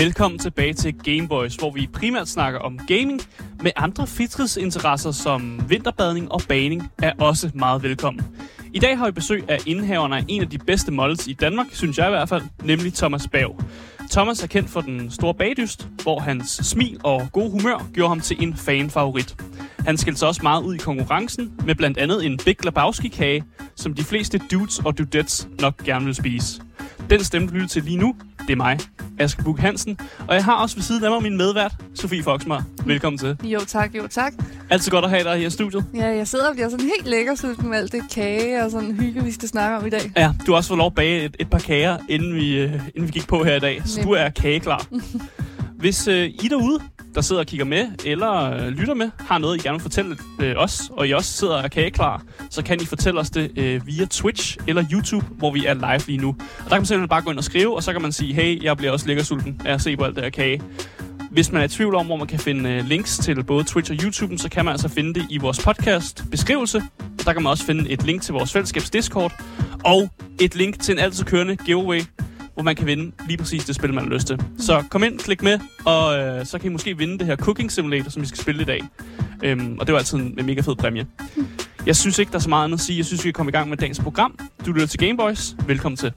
Velkommen tilbage til Gameboys, hvor vi primært snakker om gaming, med andre fritidsinteresser som vinterbadning og baning er også meget velkommen. I dag har vi besøg af indehaverne af en af de bedste models i Danmark, synes jeg i hvert fald, nemlig Thomas Berg. Thomas er kendt for den store bagdyst, hvor hans smil og gode humør gjorde ham til en fanfavorit. Han skilte sig også meget ud i konkurrencen med blandt andet en Big Lebowski-kage, som de fleste dudes og dudettes nok gerne vil spise. Den stemme, du lytter til lige nu, det er mig, Asger Buch Hansen, og jeg har også ved siden af mig min medvært, Sofie Foxmar. Velkommen til. Jo tak. Altid godt at have dig her i studiet. Ja, jeg sidder og bliver sådan helt lækker sulten med alt det kage og sådan hygge, vi skal snakke om i dag. Ja, du har også fået lov at bage et par kager, inden vi gik på her i dag, så du er kageklar. Hvis I derude, der sidder og kigger med, eller lytter med, har noget, I gerne vil fortælle os, og I også sidder og er kageklar, så kan I fortælle os det via Twitch eller YouTube, hvor vi er live lige nu. Og der kan man simpelthen bare gå ind og skrive, og så kan man sige, hey, jeg bliver også lækker sulten af at se på alt det her kage. Hvis man er i tvivl om, hvor man kan finde links til både Twitch og YouTube, så kan man altså finde det i vores podcast beskrivelse. Der kan man også finde et link til vores fællesskabs Discord, og et link til en altid kørende giveaway, hvor man kan vinde lige præcis det spil, man har lyst til. Så kom ind, klik med, og så kan I måske vinde det her Cooking Simulator, som vi skal spille i dag. Og det var altid en mega fed præmie. Jeg synes ikke, der er så meget andet at sige. Jeg synes, vi kan komme i gang med dagens program. Du lytter til Gameboys. Velkommen til.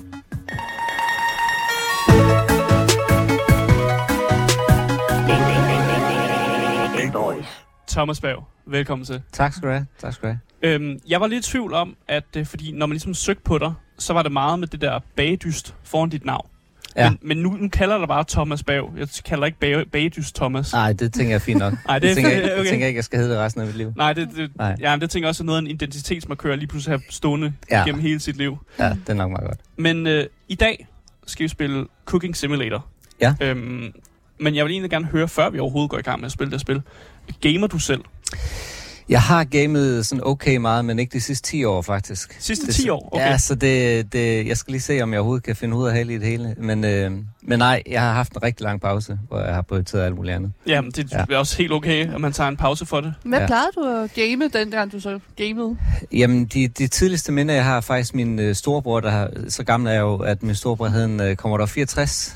Thomas Berg, velkommen til. Tak skal du have. Jeg var lidt i tvivl om, at fordi når man ligesom søgte på dig, så var det meget med det der bagdyst foran dit navn. Ja. Men nu kalder jeg dig bare Thomas Berg. Jeg kalder ikke bagdyst Thomas. Nej, det tænker jeg fint nok. Nej, det tænker jeg tænker ikke, jeg skal hedde det resten af mit liv. Nej, det tænker jeg også er noget af en identitetsmarkør lige pludselig have stående gennem hele sit liv. Ja, det er nok meget godt. Men i dag skal vi spille Cooking Simulator. Ja. Men jeg vil egentlig gerne høre, før vi overhovedet går i gang med at spille det spil. Gamer du selv? Jeg har gamet sådan okay meget, men ikke de sidste 10 år faktisk. Sidste 10 år? Okay. Ja, så jeg skal lige se, om jeg overhovedet kan finde ud af hele i det hele. Men nej, jeg har haft en rigtig lang pause, hvor jeg har prioriteret alt muligt andet. Jamen, det er også helt okay, at man tager en pause for det. Hvad plejede du at game, den der du så gamede? Jamen, de tidligste minder, jeg har faktisk min storebror, så gammel er jeg jo, at min storebror havde en Commodore 64.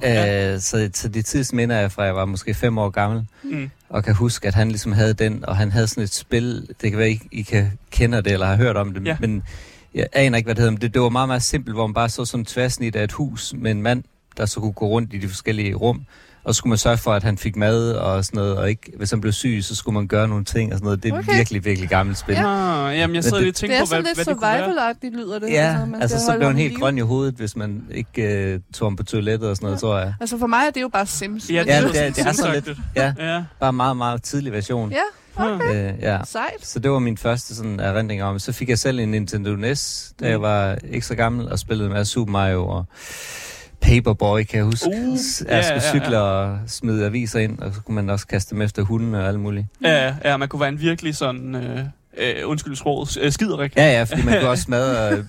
Så de tidligste minder er fra, jeg var måske 5 år gammel. Og kan huske, at han ligesom havde den, og han havde sådan et spil, det kan være, I kan kender det, eller har hørt om det, men jeg aner ikke, hvad det hedder, men det var meget, meget simpelt, hvor man bare så sådan en tværsnit af et hus med en mand, der så kunne gå rundt i de forskellige rum, og så skulle man sørge for, at han fik mad og sådan noget, og ikke, hvis han blev syg, så skulle man gøre nogle ting og sådan noget. Det er virkelig, virkelig gammelt spil. Jamen, jeg sidder lige og tænker på, hvad det kunne være. Det er sådan lidt survival-agtigt, lyder det. Ja, altså så blev han helt grøn i hovedet, hvis man ikke tog ham på toilettet og sådan noget, tror jeg. Altså for mig er det jo bare Sims. Ja, det er sådan lidt, bare meget, meget tidlig version. Ja, okay. Sejt. Så det var min første sådan erindring om. Så fik jeg selv en Nintendo NES, da jeg var ikke så gammel, og spillede med Super Mario og Paperboy, kan jeg huske. Jeg skulle cykle og smide aviser ind, og så kunne man også kaste dem efter hunden og alt muligt. Ja, man kunne være en virkelig sådan, undskyld sproget, skiderik. Ja, fordi man kunne også smadre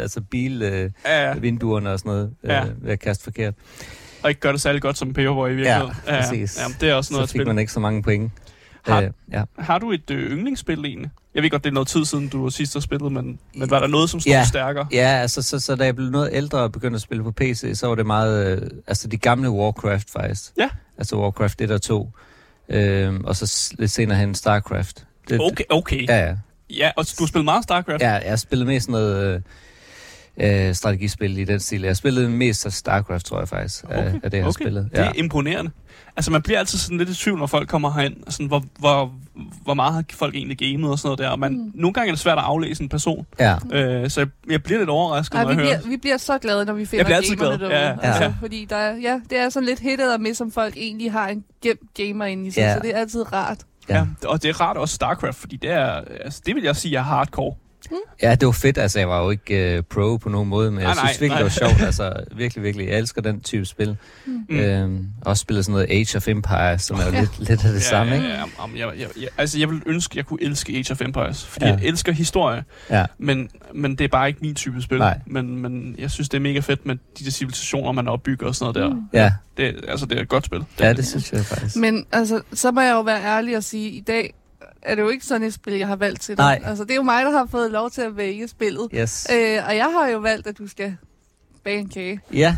bilvinduerne og sådan noget ved at kaste forkert. Og ikke gøre det særlig godt som Paperboy i virkeligheden. Ja, præcis. Ja, det er også noget så fik man ikke så mange point. Har du et yndlingsspil egentlig? Jeg ved godt, det er noget tid siden, du sidst har spillet, men var der noget, som stod stærkere? Ja, altså så da jeg blev noget ældre og begyndte at spille på PC, så var det meget, de gamle Warcraft faktisk. Ja. Altså Warcraft 1 og 2. Og så lidt senere hen StarCraft. Okay. Ja. Ja, og du har spillet meget StarCraft? Ja, jeg har spillet mest noget strategispil i den stil. Jeg har spillet mest af StarCraft, tror jeg faktisk, af det, jeg har spillet. Det er imponerende. Altså, man bliver altid sådan lidt i tvivl, når folk kommer herind. Sådan, hvor meget har folk egentlig gamet og sådan noget der. Og nogle gange er det svært at aflæse en person. Ja. Så jeg bliver lidt overrasket, når jeg hører. Vi bliver så glade, når vi finder gamerne derude. Altså, fordi det er sådan lidt hittet og med, som folk egentlig har en gemt gamer inde i sig. Så det er altid rart. Ja, og det er rart også StarCraft, fordi det er, altså, det vil jeg sige er hardcore. Ja, det var fedt. Altså, jeg var jo ikke pro på nogen måde, men jeg synes virkelig, det var sjovt. Altså, virkelig, virkelig. Jeg elsker den type spil. Også spillet sådan noget Age of Empires, som er jo lidt af det samme, ikke? Altså, jeg ville ønske, jeg kunne elske Age of Empires, fordi jeg elsker historie, men det er bare ikke min type spil. Men jeg synes, det er mega fedt med de der civilisationer, man opbygger og sådan noget der. Ja. Det er et godt spil. Det synes jeg faktisk. Men altså, så må jeg jo være ærlig og sige, i dag er det jo ikke sådan et spil, jeg har valgt til dig. Nej. Altså, det er jo mig, der har fået lov til at vælge spillet. Yes. Og jeg har jo valgt, at du skal bage en kage. Ja.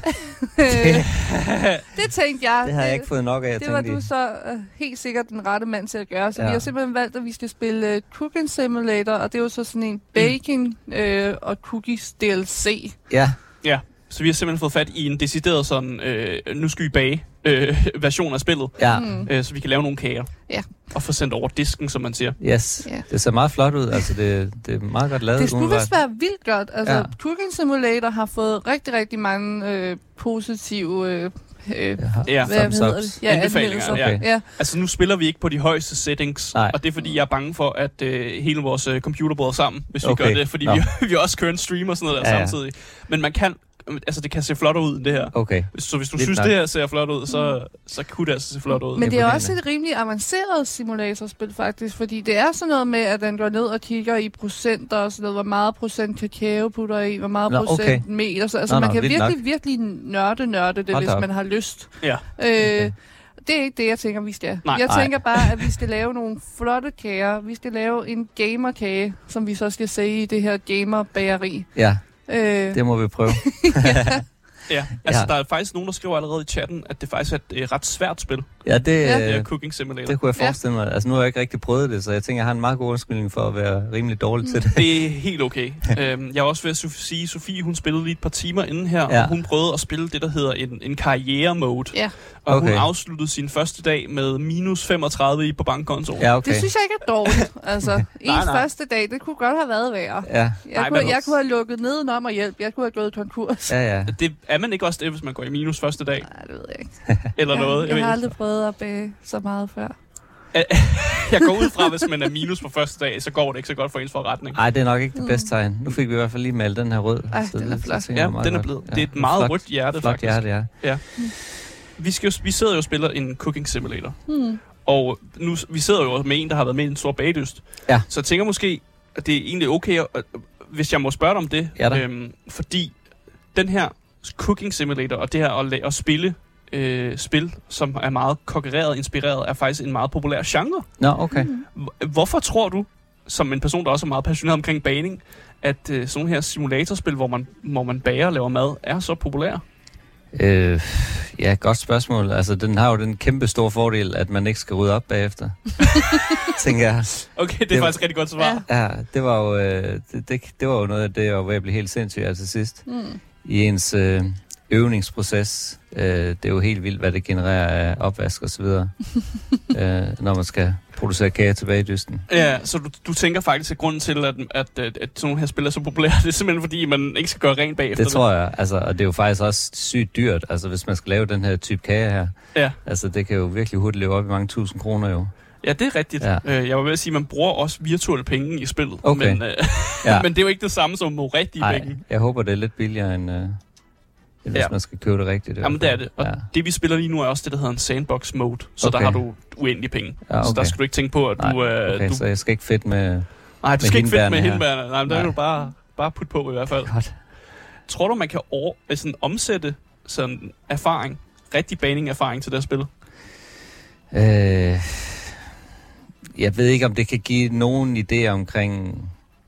Det tænkte jeg. Det har jeg ikke fået nok af. Det var du så helt sikkert den rette mand til at gøre. Så vi har simpelthen valgt, at vi skal spille Cooking Simulator, og det er jo så sådan en baking og cookies DLC. Ja. Ja, så vi har simpelthen fået fat i en decideret sådan, nu skal vi bage version af spillet, så vi kan lave nogle kager. Ja. Og få sendt over disken, som man siger. Yes. Yeah. Det ser meget flot ud. Altså, det er meget godt lavet. Det skulle vist være vildt godt. Altså, Cooking Simulator har fået rigtig, rigtig mange positive anbefalinger. Okay. Ja. Altså, nu spiller vi ikke på de højeste settings, og det er, fordi jeg er bange for, at hele vores computer bryder sammen, hvis vi gør det, fordi vi også kører en stream og sådan noget der samtidig. Men man kan, altså det kan se flot ud, det her. Okay. Så hvis du synes, det her ser flot ud, så kunne det altså se flot ud. Men det er også et rimelig avanceret simulatorspil, faktisk, fordi det er sådan noget med, at den går ned og kigger i procenter og sådan noget, hvor meget procent kakao putter i, hvor meget procent mel og så. Altså man kan virkelig nørde det, hvis man har lyst. Ja. Det er ikke det, jeg tænker, vi skal. Jeg tænker bare, at vi skal lave nogle flotte kager. Vi skal lave en gamerkage, som vi så skal sælge i det her gamerbageri. Ja. Det må vi prøve. Ja, altså der er faktisk nogen, der skriver allerede i chatten, at det faktisk er et ret svært spil. Ja, det Cooking Simulator. Det kunne jeg forestille mig. Altså nu har jeg ikke rigtig prøvet det, så jeg tænker, jeg har en meget god undskyldning for at være rimelig dårlig til det. Det er helt okay. Jeg er også ved at sige, Sofie, hun spillede lige et par timer inden her, og hun prøvede at spille det, der hedder en karriere-mode. Ja. Og hun afsluttede sin første dag med minus 35 på bankkontoen. Ja, okay. Det synes jeg ikke er dårligt. Altså, ens første dag, det kunne godt have været værre. Ja. Jeg kunne have lukket nedenom og hjælp. Jeg kunne have gået konkurs. Ja. Det er man ikke også det, hvis man går i minus første dag? Nej, det ved jeg ikke. Eller noget. Jeg har aldrig prøvet at bage så meget før. Jeg går ud fra, hvis man er minus på første dag, så går det ikke så godt for ens forretning. Nej, det er nok ikke det bedste tegn. Nu fik vi i hvert fald lige malet den her rød. Den er flot. Ja, den er blevet. Det er et meget rødt hjerte, flot faktisk. Hjerte, ja. Vi sidder jo og spiller en Cooking Simulator. Og nu, vi sidder jo med en, der har været med i en stor bagdyst. Ja. Så jeg tænker måske, at det er egentlig okay, hvis jeg må spørge dig om det. Fordi den her Cooking Simulator og det her at spille spil, som er meget kokkereret, inspireret, er faktisk en meget populær genre. Nå, okay. Hvorfor tror du, som en person, der også er meget passioneret omkring bagning, at sådan her simulatorspil, hvor man bager og laver mad, er så populær? Ja, godt spørgsmål. Altså, den har jo den kæmpe store fordel, at man ikke skal rydde op bagefter. Tænker jeg. Okay, det er faktisk rigtig godt svar. Ja, det var jo, det var jo noget af det, jeg var ved at blive helt sindssygt til sidst. I ens øvningsproces. Det er jo helt vildt, hvad det genererer af opvask og så videre, når man skal producere kager tilbage i dysten. Ja, så du tænker faktisk, at grunden til, at sådan nogle her spil er så populære, det er simpelthen fordi, man ikke skal gøre rent bagefter det? Tror jeg, altså, og det er jo faktisk også sygt dyrt, altså hvis man skal lave den her type kage her. Ja. Altså det kan jo virkelig hurtigt leve op i mange tusind kroner jo. Ja, det er rigtigt. Ja. Jeg var ved at sige, at man bruger også virtuelle penge i spillet, okay. Men det er jo ikke det samme som nogle rigtige penge. Jeg håber, det er lidt billigere end hvis man skal købe det rigtigt. Jamen det er det. Og det vi spiller lige nu er også det, der hedder en sandbox mode. Så der har du uendelige penge. Ja, okay. Så der skal du ikke tænke på, at du... Okay, så jeg skal ikke fedt med nej, du skal ikke fedt med hindbærene. Nej, men der er du bare putte på i hvert fald. Godt. Tror du, man kan omsætte sådan erfaring, rigtig baning-erfaring til det spil? Jeg ved ikke, om det kan give nogen idé omkring...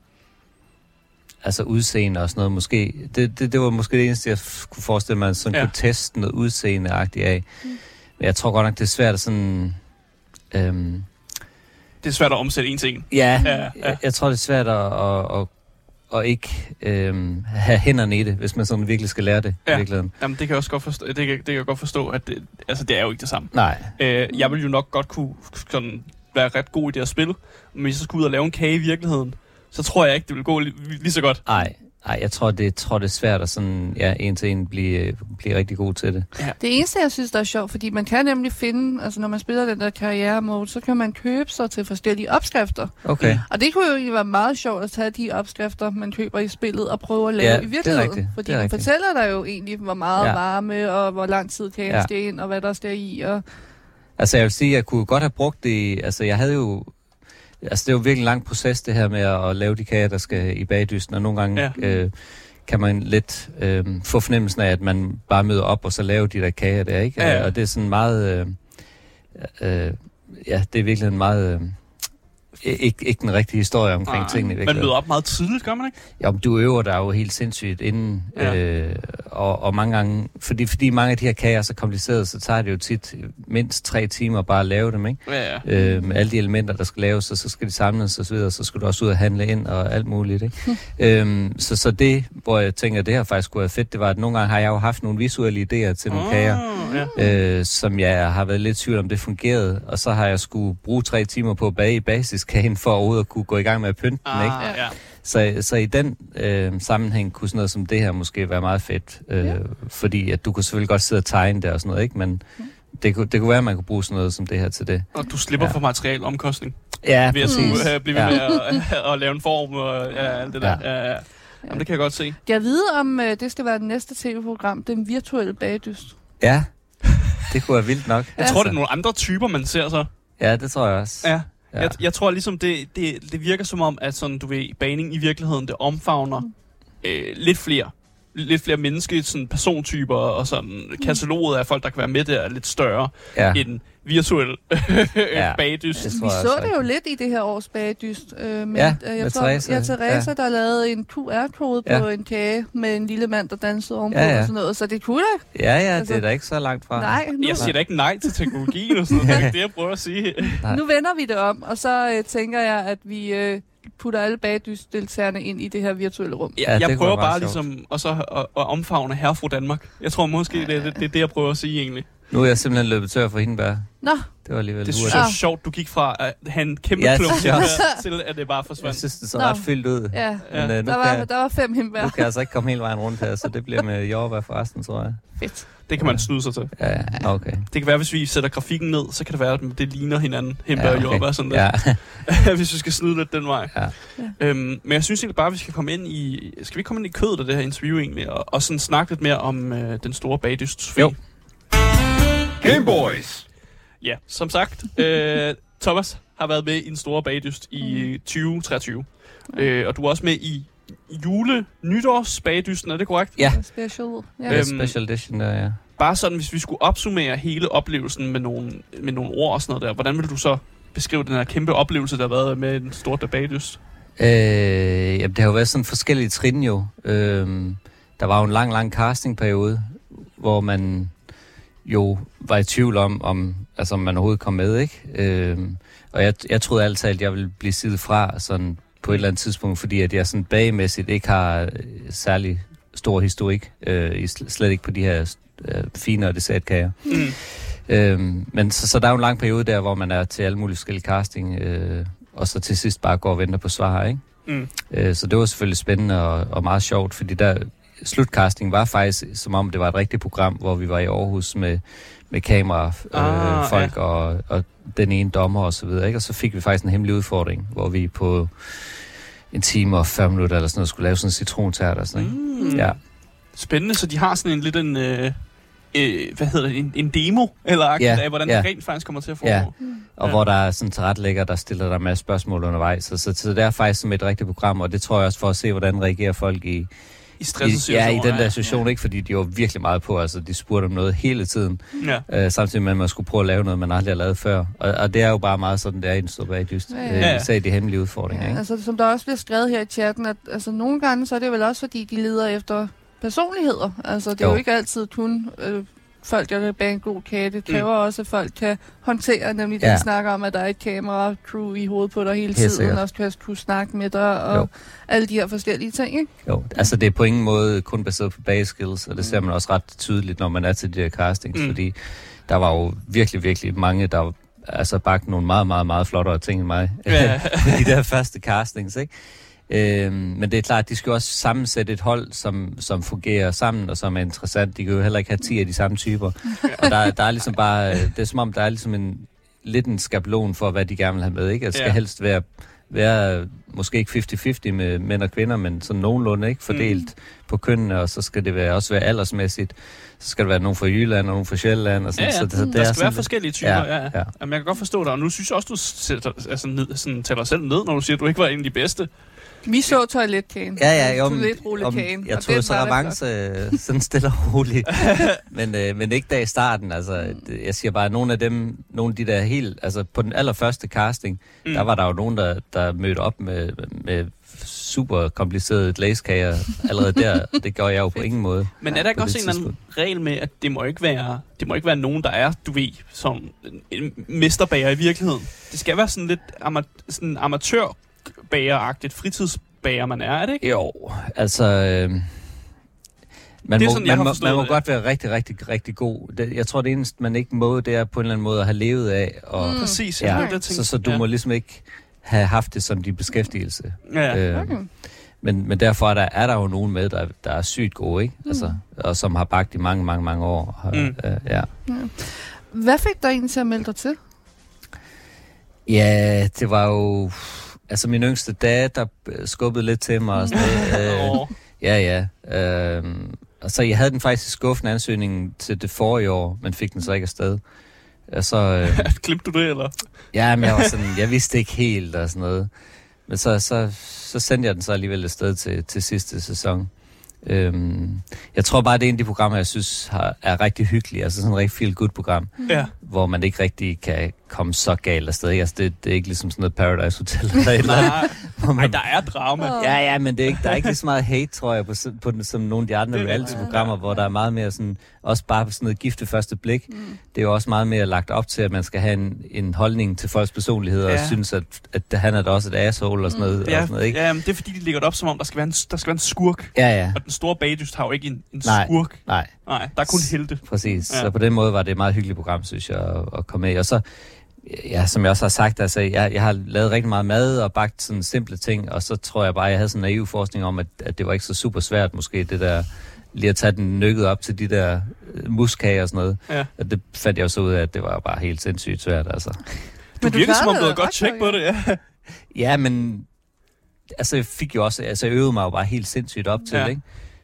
Altså udseende og sådan noget, måske. Det var måske det eneste, jeg kunne forestille mig, sådan kunne teste noget udseendeagtigt af. Men jeg tror godt nok, det er svært at sådan... Det er svært at omsætte en ting. Ja. Jeg tror, det er svært at ikke have hænderne i det, hvis man sådan virkelig skal lære det i virkeligheden. Jamen, det kan jeg også godt forstå. Det kan jeg godt forstå, at det er jo ikke det samme. Nej. Jeg vil jo nok godt kunne sådan være ret god i det at spille, men hvis jeg skulle ud og lave en kage i virkeligheden, så tror jeg ikke, det vil gå lige så godt. Nej, jeg tror, det er svært at sådan, en til en blive rigtig god til det. Ja. Det eneste, jeg synes, der er sjovt, fordi man kan nemlig finde, altså når man spiller den der karriere-mode, så kan man købe sig til forskellige opskrifter. Okay. Og det kunne jo egentlig være meget sjovt at tage de opskrifter, man køber i spillet og prøve at lave i virkeligheden. Det er fordi man fortæller dig jo egentlig, hvor meget varme og hvor lang tid kagen skal ind og hvad der skal i. Og... Altså jeg vil sige, jeg kunne godt have brugt det altså jeg havde jo... Altså, det er jo virkelig en lang proces, det her med at lave de kager, der skal i bagdysten, og nogle gange kan man lidt få fornemmelsen af, at man bare møder op og så laver de der kager der, ikke? Og det er sådan meget... det er virkelig en meget ikke den rigtige historie omkring tingene. Man møder op meget tidligt, gør man ikke? Jo, men du øver dig jo helt sindssygt inden, og mange gange, fordi mange af de her kager er så komplicerede, så tager det jo tit mindst 3 timer bare at lave dem, ikke? Med alle de elementer, der skal laves, og så skal de samles og så videre, så skal du også ud og handle ind og alt muligt, ikke? Så det, hvor jeg tænker, det her faktisk skulle være fedt, det var, at nogle gange har jeg jo haft nogle visuelle idéer til nogle kager, som jeg har været lidt tvivl om, det fungerede, og så har jeg skulle bruge 3 timer på at bage i basiskagen for overhovedet at kunne gå i gang med at pynte den, ikke? Så i den sammenhæng kunne sådan noget som det her måske være meget fedt, fordi at du kunne selvfølgelig godt sidde og tegne det og sådan noget, ikke? Men det kunne være, at man kunne bruge sådan noget som det her til det. Og du slipper for materialomkostning. Ja, ved at blive ved med at lave en form og alt det der. Jamen, det kan jeg godt se. Kan jeg vide, om det skal være det næste tv-program, den virtuelle bagdyst? Ja, det kunne være vildt nok. Jeg tror, det er nogle andre typer, man ser så. Ja, det tror jeg også. Ja. Jeg tror ligesom, det virker som om, at sådan, du ved, bagning i virkeligheden, det omfavner lidt flere menneske, sådan persontyper, og sådan kataloget af folk, der kan være med der, er lidt større end virtuel bagdyst. Vi så det jo lidt i det her års bagdyst. Med Teresa, der lavede en QR-kode på en kage med en lille mand, der dansede ovenpå og sådan noget, så det kunne da. Ja, altså, det er da ikke så langt fra. Nej, jeg siger da ikke nej til teknologien og sådan noget. Det er det, jeg prøver at sige. Nu vender vi det om, og så tænker jeg, at vi putter alle bagdystdeltagerne ind i det her virtuelle rum. Jeg prøver bare ligesom at omfavne herfru Danmark. Jeg tror måske, det er det, jeg prøver at sige egentlig. Nu er jeg simpelthen løbet tør for hindbær. Nå. Det var alligevel det synes jeg er sjovt, du gik fra at have en kæmpe klump til, at det bare forsvandt. Jeg synes, det så ret fyldt ud. Ja, men, der var 5 hindbær. Nu kan jeg altså ikke komme hele vejen rundt her, så det bliver med jordbær for resten, tror jeg. Fedt. Det kan man snyde sig til. Ja, okay. Det kan være, hvis vi sætter grafikken ned, så kan det være, at det ligner hinanden. Hindbær og jordbær, sådan der. Hvis vi skal snyde lidt den vej. Ja. Men jeg synes egentlig bare, at vi skal komme ind i... Skal vi komme ind i kødet af det her interview egentlig, og sådan snakke lidt mere om den store bagdyst? Jo. Gameboys! Ja, som sagt, Thomas har været med i en store bagdyst i 2023. Og du er også med i jule-nytårs-bagdysten, er det korrekt? Ja. Special edition, der, ja. Bare sådan, hvis vi skulle opsummere hele oplevelsen med nogle ord og sådan noget der, hvordan vil du så beskrive den her kæmpe oplevelse, der har været med en stor bagdyst? Jamen, det har jo været sådan forskellige trin jo. Der var jo en lang castingperiode, hvor man jo var i tvivl om altså, om man overhovedet kom med, ikke? Og jeg troede altid, at jeg ville blive siddet fra sådan på et eller andet tidspunkt, fordi at jeg sådan bagmæssigt ikke har særlig stor historik, slet ikke på de her finere dessertkager. Men så der er jo en lang periode der, hvor man er til alle mulige forskellige casting, og så til sidst bare går og venter på svar, ikke? Så det var selvfølgelig spændende og meget sjovt, fordi der slutcasting var faktisk, som om det var et rigtigt program, hvor vi var i Aarhus med kamera, folk og den ene dommer og så videre, ikke? Og så fik vi faktisk en hemmelig udfordring, hvor vi på 1 time og 40 minutter eller sådan noget skulle lave sådan en citrontært og sådan noget. Ja. Spændende, så de har sådan en lidt en demo eller af, hvordan det rent faktisk kommer til at foregå. Og hvor der er sådan tilrettelægger, der stiller der med spørgsmål undervejs. Så det er faktisk som et rigtigt program, og det tror jeg også for at se, hvordan reagerer folk i stressesituationer. I den der situation, ikke? Fordi de var virkelig meget på, altså de spurgte om noget hele tiden. Samtidig med, at man skulle prøve at lave noget, man aldrig har lavet før. Og det er jo bare meget sådan, det er i en stor bagdyst. Især de hemmelige udfordringer, ikke? Altså, som der også bliver skrevet her i chatten, at altså, nogle gange, så er det vel også, fordi de leder efter personligheder. Altså, det er jo ikke altid kun folk, der kan bage en god kage. Det kræver også, at folk kan håndtere, nemlig det, vi snakker om, at der er et kamera-crew i hovedet på dig hele tiden, og også kunne snakke med dig, og alle de her forskellige ting, ikke? Jo, altså det er på ingen måde kun baseret på bageskills, og det ser man også ret tydeligt, når man er til de her castings, fordi der var jo virkelig mange, der altså bagte nogle meget, meget, meget flottere ting end mig på de der første castings, ikke? Men det er klart, at de skal også sammensætte et hold, som fungerer sammen og som er interessant. De kan jo heller ikke have 10 af de samme typer. Og der er ligesom bare, det er som om, der er ligesom lidt en skabelon for, hvad de gerne vil have med, ikke? Det skal helst være måske ikke 50-50 med mænd og kvinder, men sådan nogenlunde, ikke? Fordelt på kønnene, og så skal det også være aldersmæssigt. Så skal der være nogen fra Jylland og nogen fra Sjælland. Og sådan, så der skal være forskellige typer, ja. Jamen, jeg kan godt forstå dig, og nu synes jeg også, du tæller selv ned, når du siger, at du ikke var en af de bedste. Vi så toiletkagen. Ja, toiletrulekagen. Jeg tog så revanche sådan stille og roligt. men ikke der i starten. Altså, jeg siger bare, nogle af de der helt... Altså, på den allerførste casting, der var der jo nogen, der mødte op med super komplicerede glazekager allerede der. Det gør jeg jo på ingen måde. Men er der ikke også en eller anden regel med, at det må ikke være nogen, der er, du ved, som en mesterbager i virkeligheden? Det skal være sådan lidt sådan amatørbageragtigt, fritidsbager man er det ikke? Jo, altså... Man må godt være rigtig, rigtig, rigtig god. Jeg tror, det eneste, man ikke må, det er på en eller anden måde at have levet af. Og, præcis. Så du må ligesom ikke have haft det som din beskæftigelse. Ja. Men derfor er der jo nogen med, der er sygt gode, ikke? Altså, og som har bagt i mange, mange, mange år. Ja. Hvad fik dig egentlig til at melde dig til? Ja, det var jo... Altså, min yngste dag, der skubbede lidt til mig. Og sådan Ja. Og så jeg havde den faktisk i skuffen ansøgningen til det forrige år, men fik den så ikke afsted. Så, Glemte du det, eller? Ja, men jeg vidste ikke helt og sådan noget. Men så sendte jeg den så alligevel afsted til sidste sæson. Jeg tror bare, det er en af de programmer, jeg synes er rigtig hyggelige. Altså sådan et rigtig feel-good-program, hvor man ikke rigtig kan komme så galt afsted. Altså, det er ikke ligesom sådan noget Paradise Hotel eller et eller andet. Nej, der er drama. Ja, men der er ikke lige så meget hate, tror jeg, på den, som nogle af de andre reality-programmer, hvor der er meget mere sådan, også bare sådan noget gift ved første blik. Det er jo også meget mere lagt op til, at man skal have en holdning til folks personlighed, og synes, at han er da også et asshole og sådan noget. Ja, og sådan noget, ikke? Ja, men det er fordi, de lægger det op, som om der skal være en skurk. Ja. Og den store bagdyst har jo ikke en skurk. Nej, der er kun helte. Præcis. Ja. Så på den måde var det et meget hyggeligt program, synes jeg, at komme med. Og så, ja, som jeg også har sagt, altså, jeg har lavet rigtig meget mad og bagt sådan simple ting, og så tror jeg bare, jeg havde sådan en naiv forskning om, at det var ikke så super svært, måske det der, lige at tage den nykket op til de der muskager og sådan noget. Ja. Og det fandt jeg jo så ud af, at det var bare helt sindssygt svært, altså. Du virker som om, du havde godt tjek på det, ja. Ja, men altså, jeg øvede mig jo bare helt sindssygt op til det, ikke?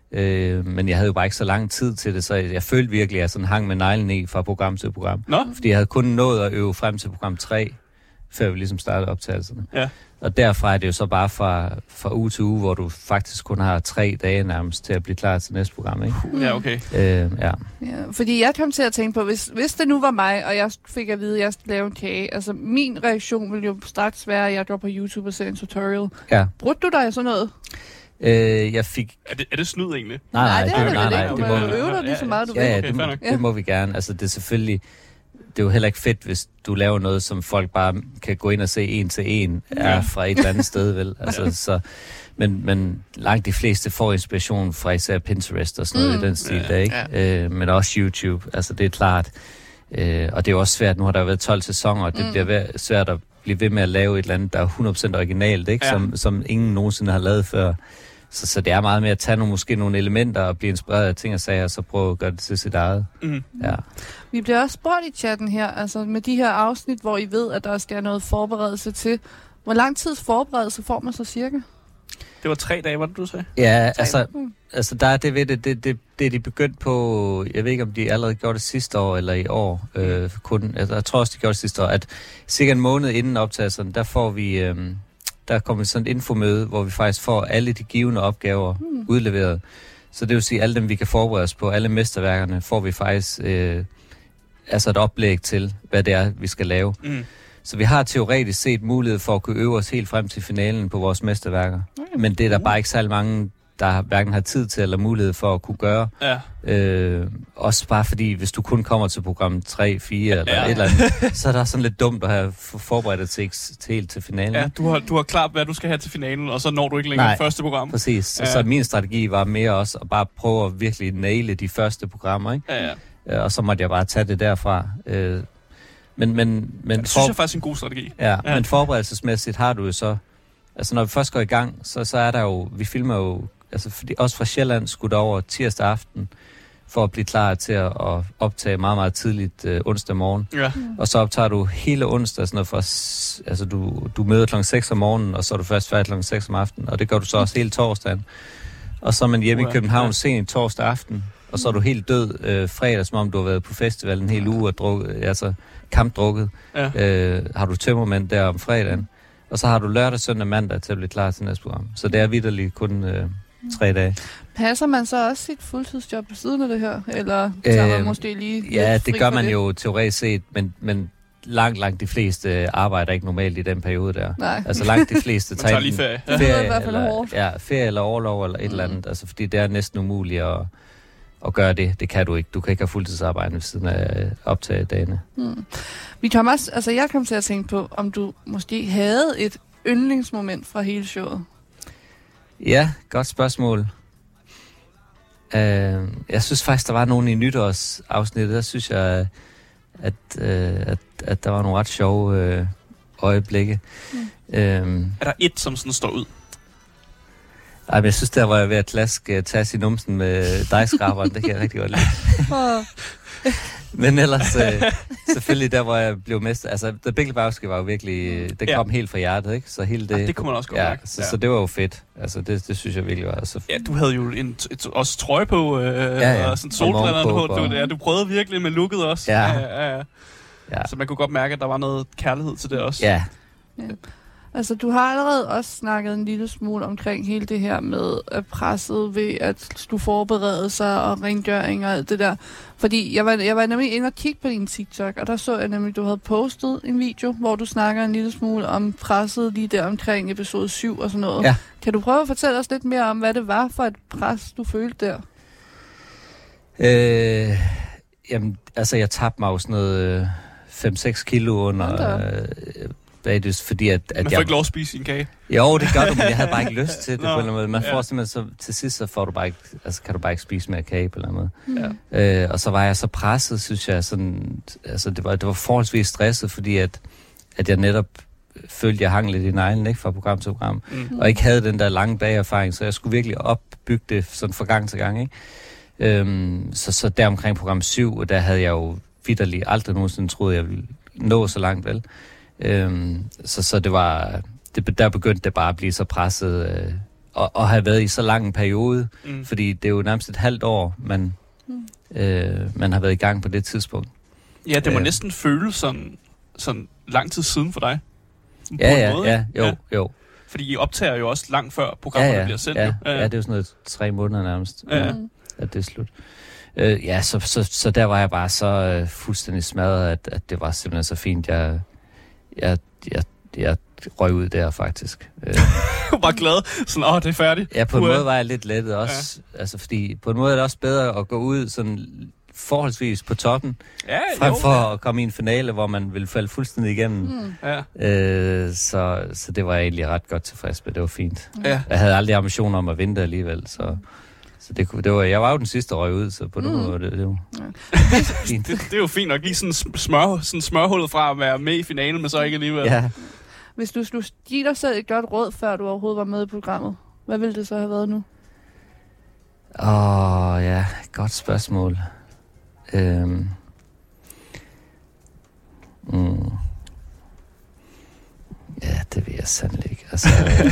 Men jeg havde jo bare ikke så lang tid til det, så jeg følte virkelig, at jeg sådan hang med neglen i fra program til program. Fordi jeg havde kun nået at øve frem til program 3, før vi ligesom startede optagelserne. Ja. Og derfra er det jo så bare fra uge til uge, hvor du faktisk kun har 3 dage nærmest til at blive klar til næste program, ikke? Ja, okay. Ja, fordi jeg kom til at tænke på, hvis det nu var mig, og jeg fik at vide, at jeg skulle lave en kage, altså min reaktion ville jo straks være, at jeg går på YouTube og ser en tutorial. Ja. Brugte du dig sådan noget? Jeg fik... Er det snyd egentlig? Nej, det er det. Du må øve dig lige så meget, du vil. Ja, det må vi gerne. Altså, det er selvfølgelig... Det er jo heller ikke fedt, hvis du laver noget, som folk bare kan gå ind og se en til en er fra et eller andet sted, vel? Altså, så, men langt de fleste får inspiration fra især Pinterest og sådan noget i den stil der, ikke? Men også YouTube, altså det er klart. Og det er jo også svært, nu har der været 12 sæsoner, og det bliver svært at blive ved med at lave et eller andet, der er 100% originalt, ikke? Som ingen nogensinde har lavet før. Så det er meget med at tage måske nogle elementer og blive inspireret af ting og sager, og så prøve at gøre det til sit eget. Ja. Vi bliver også spurgt i chatten her, altså med de her afsnit, hvor I ved, at der skal noget forberedelse til. Hvor lang tids forberedelse får man så cirka? Det var 3 dage, var det, du sagde? Ja, altså der er det ved det er de begyndt på, jeg ved ikke, om de allerede gjorde det sidste år eller i år, jeg tror også, de gjorde det sidste år, at cirka en måned inden optagelserne, der får vi... Der kommer sådan et infomøde, hvor vi faktisk får alle de givende opgaver udleveret. Så det vil sige, at alle dem, vi kan forberede os på, alle mesterværkerne, får vi faktisk et oplæg til, hvad det er, vi skal lave. Så vi har teoretisk set mulighed for at kunne øve os helt frem til finalen på vores mesterværker. Men det er der bare ikke særlig mange, der hverken har tid til eller mulighed for at kunne gøre. Ja. Også bare fordi, hvis du kun kommer til program 3, 4 eller et eller andet, så er det sådan lidt dumt at have forberedt dig til helt til finalen. Ja, du har klart, hvad du skal have til finalen, og så når du ikke længere det første program. Præcis. Så min strategi var mere også at bare prøve at virkelig naile de første programmer, ikke? Ja. Og så måtte jeg bare tage det derfra. Men det synes jeg faktisk er en god strategi. Ja, men forberedelsesmæssigt har du jo så... Altså når vi først går i gang, så er der jo... Vi filmer jo... Altså også fra Sjælland skulle der over tirsdag aften for at blive klar til at optage meget, meget tidligt onsdag morgen. Ja. Og så optager du hele onsdag, sådan noget for, altså du møder klokken 6 om morgenen, og så er du først færdig klokken 6 om aftenen, og det gør du så også hele torsdagen. Og så er man hjemme i København sent torsdag aften, og så er du helt død fredag, som om du har været på festival en hel uge og kampdrukket. Ja. Har du tømmermænd der om fredagen. Og så har du lørdag, søndag, mandag til at blive klar til næste program. Så det er vitterligt kun 3 dage. Passer man så også sit fuldtidsjob på siden af det her? Eller tager man måske lige ja, det gør man jo teoretisk set, men langt de fleste arbejder ikke normalt i den periode der. Nej. Altså langt de fleste tager lige ferie. Ferie i hvert fald hårdt. Ja, ferie eller overlov eller et eller andet. Altså, fordi det er næsten umuligt at gøre det. Det kan du ikke. Du kan ikke have fuldtidsarbejde ved siden af optagedagene. Thomas, altså jeg kom til at tænke på, om du måske havde et yndlingsmoment fra hele showet. Ja, godt spørgsmål. Jeg synes faktisk, der var nogen i nytårsafsnittet. Der synes jeg, at der var nogle ret sjove øjeblikke. Er der et, som sådan står ud? Ej, men jeg synes, der var jeg ved at klaske Tas i numsen med dejskraberen. Det kan jeg rigtig godt lide. Men ellers, selvfølgelig der, hvor jeg blev mester. Altså, The Big Lebowski var jo virkelig... Det kom helt fra hjertet, ikke? Så hele det... det kunne man også godt mærke. Så det var jo fedt. Altså, det synes jeg virkelig var så fedt. Ja, du havde jo også trøje på, og sådan solbrillerne på. Du prøvede virkelig med looket også. Ja. Så man kunne godt mærke, at der var noget kærlighed til det også. Ja. Altså, du har allerede også snakket en lille smule omkring hele det her med presset ved, at du forbereder sig og rengøring og alt det der. Fordi jeg var nemlig inde og kigge på din TikTok, og der så jeg nemlig, at du havde postet en video, hvor du snakker en lille smule om presset lige der omkring episode 7 og sådan noget. Ja. Kan du prøve at fortælle os lidt mere om, hvad det var for et pres, du følte der? Jamen, altså, jeg tabte mig jo sådan noget 5-6 kilo under... fordi at man får ikke lov at spise sin kage. Jo, det gør du, men jeg havde bare ikke lyst til det på en eller anden måde. Man får simpelthen så til sidst, så får du bare ikke, altså kan du bare ikke spise mere kage på en eller anden måde. Og så var jeg så presset, synes jeg, sådan, altså det var forholdsvis stresset, fordi at jeg netop følte, jeg hang lidt i neglen, ikke, fra program til program, og ikke havde den der lange bagerfaring, så jeg skulle virkelig opbygge det sådan fra gang til gang, ikke? Så der omkring program 7, og der havde jeg jo vitterligt aldrig nogensinde troet, jeg ville nå så langt, vel? Så det var der begyndte det bare at blive så presset og have været i så lang en periode, fordi det er jo nærmest et halvt år man har været i gang på det tidspunkt. Ja, det må næsten føles sådan lang tid siden for dig. Jo. Fordi I optager jo også langt før programmerne bliver sendt. Ja, det er jo sådan noget 3 måneder nærmest, at det er slut. Så der var jeg bare så fuldstændig smadret, at det var simpelthen så fint. Jeg røg ud der, faktisk. Du var glad. Sådan, det er færdigt. Ja, på en måde var jeg lidt lettet også. Ja. Altså, fordi på en måde er det også bedre at gå ud sådan forholdsvis på toppen, frem for at komme i en finale, hvor man vil falde fuldstændig igennem. Så det var jeg egentlig ret godt tilfreds med. Det var fint. Ja. Jeg havde aldrig ambitioner om at vinde alligevel, så det var, jeg var jo den sidste røg ud, så på den måde det var fint. Det er jo fint nok lige sådan smørhullet fra at være med i finalen, men så ikke alligevel. Ja. Hvis du skulle give dig selv et godt råd, før du overhovedet var med i programmet, hvad ville det så have været nu? Ja, godt spørgsmål. Ja, det ved jeg sandelig ikke. Altså,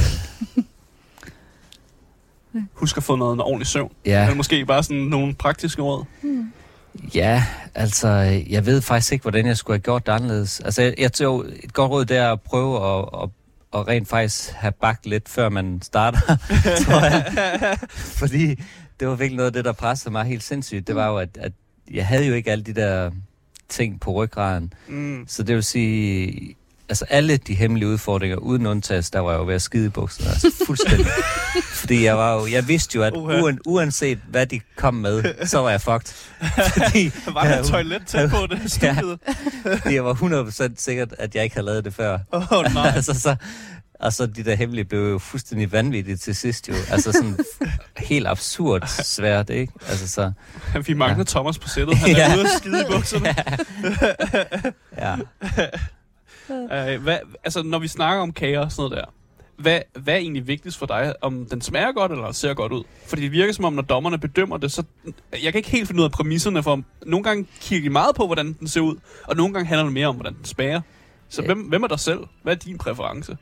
husk at få noget ordentlig søvn. Ja. Eller måske bare sådan nogle praktiske råd. Ja, altså, jeg ved faktisk ikke, hvordan jeg skulle have gjort det anderledes. Altså, jeg tror, et godt råd, det er at prøve at rent faktisk have bagt lidt, før man starter, tror jeg. Fordi det var virkelig noget af det, der pressede mig helt sindssygt. Det var jo, at jeg havde jo ikke alle de der ting på ryggraden. Så det vil sige... Altså alle de hemmelige udfordringer, uden undtagelse, der var jeg jo ved at skide i bukserne. Altså fuldstændig. Fordi jeg vidste jo, at uanset hvad de kom med, så var jeg fucked. Fordi var der et toilet tæt på det studiet? Fordi jeg var 100% sikkert, at jeg ikke havde lavet det før. Nej. Altså, og så de der hemmelige blev jo fuldstændig vanvittige til sidst jo. Altså sådan helt absurd svært, ikke? Altså så... Vi mangler Thomas på sættet. Han er ude at skide i bukserne. Ja. Når vi snakker om kager og sådan noget der, hvad er egentlig vigtigst for dig? Om den smager godt eller ser godt ud? Fordi det virker som om, når dommerne bedømmer det, så... Jeg kan ikke helt finde ud af præmisserne, for nogle gange kigger de meget på, hvordan den ser ud, og nogle gange handler det mere om, hvordan den smager. Så hvem er dig selv? Hvad er din præference?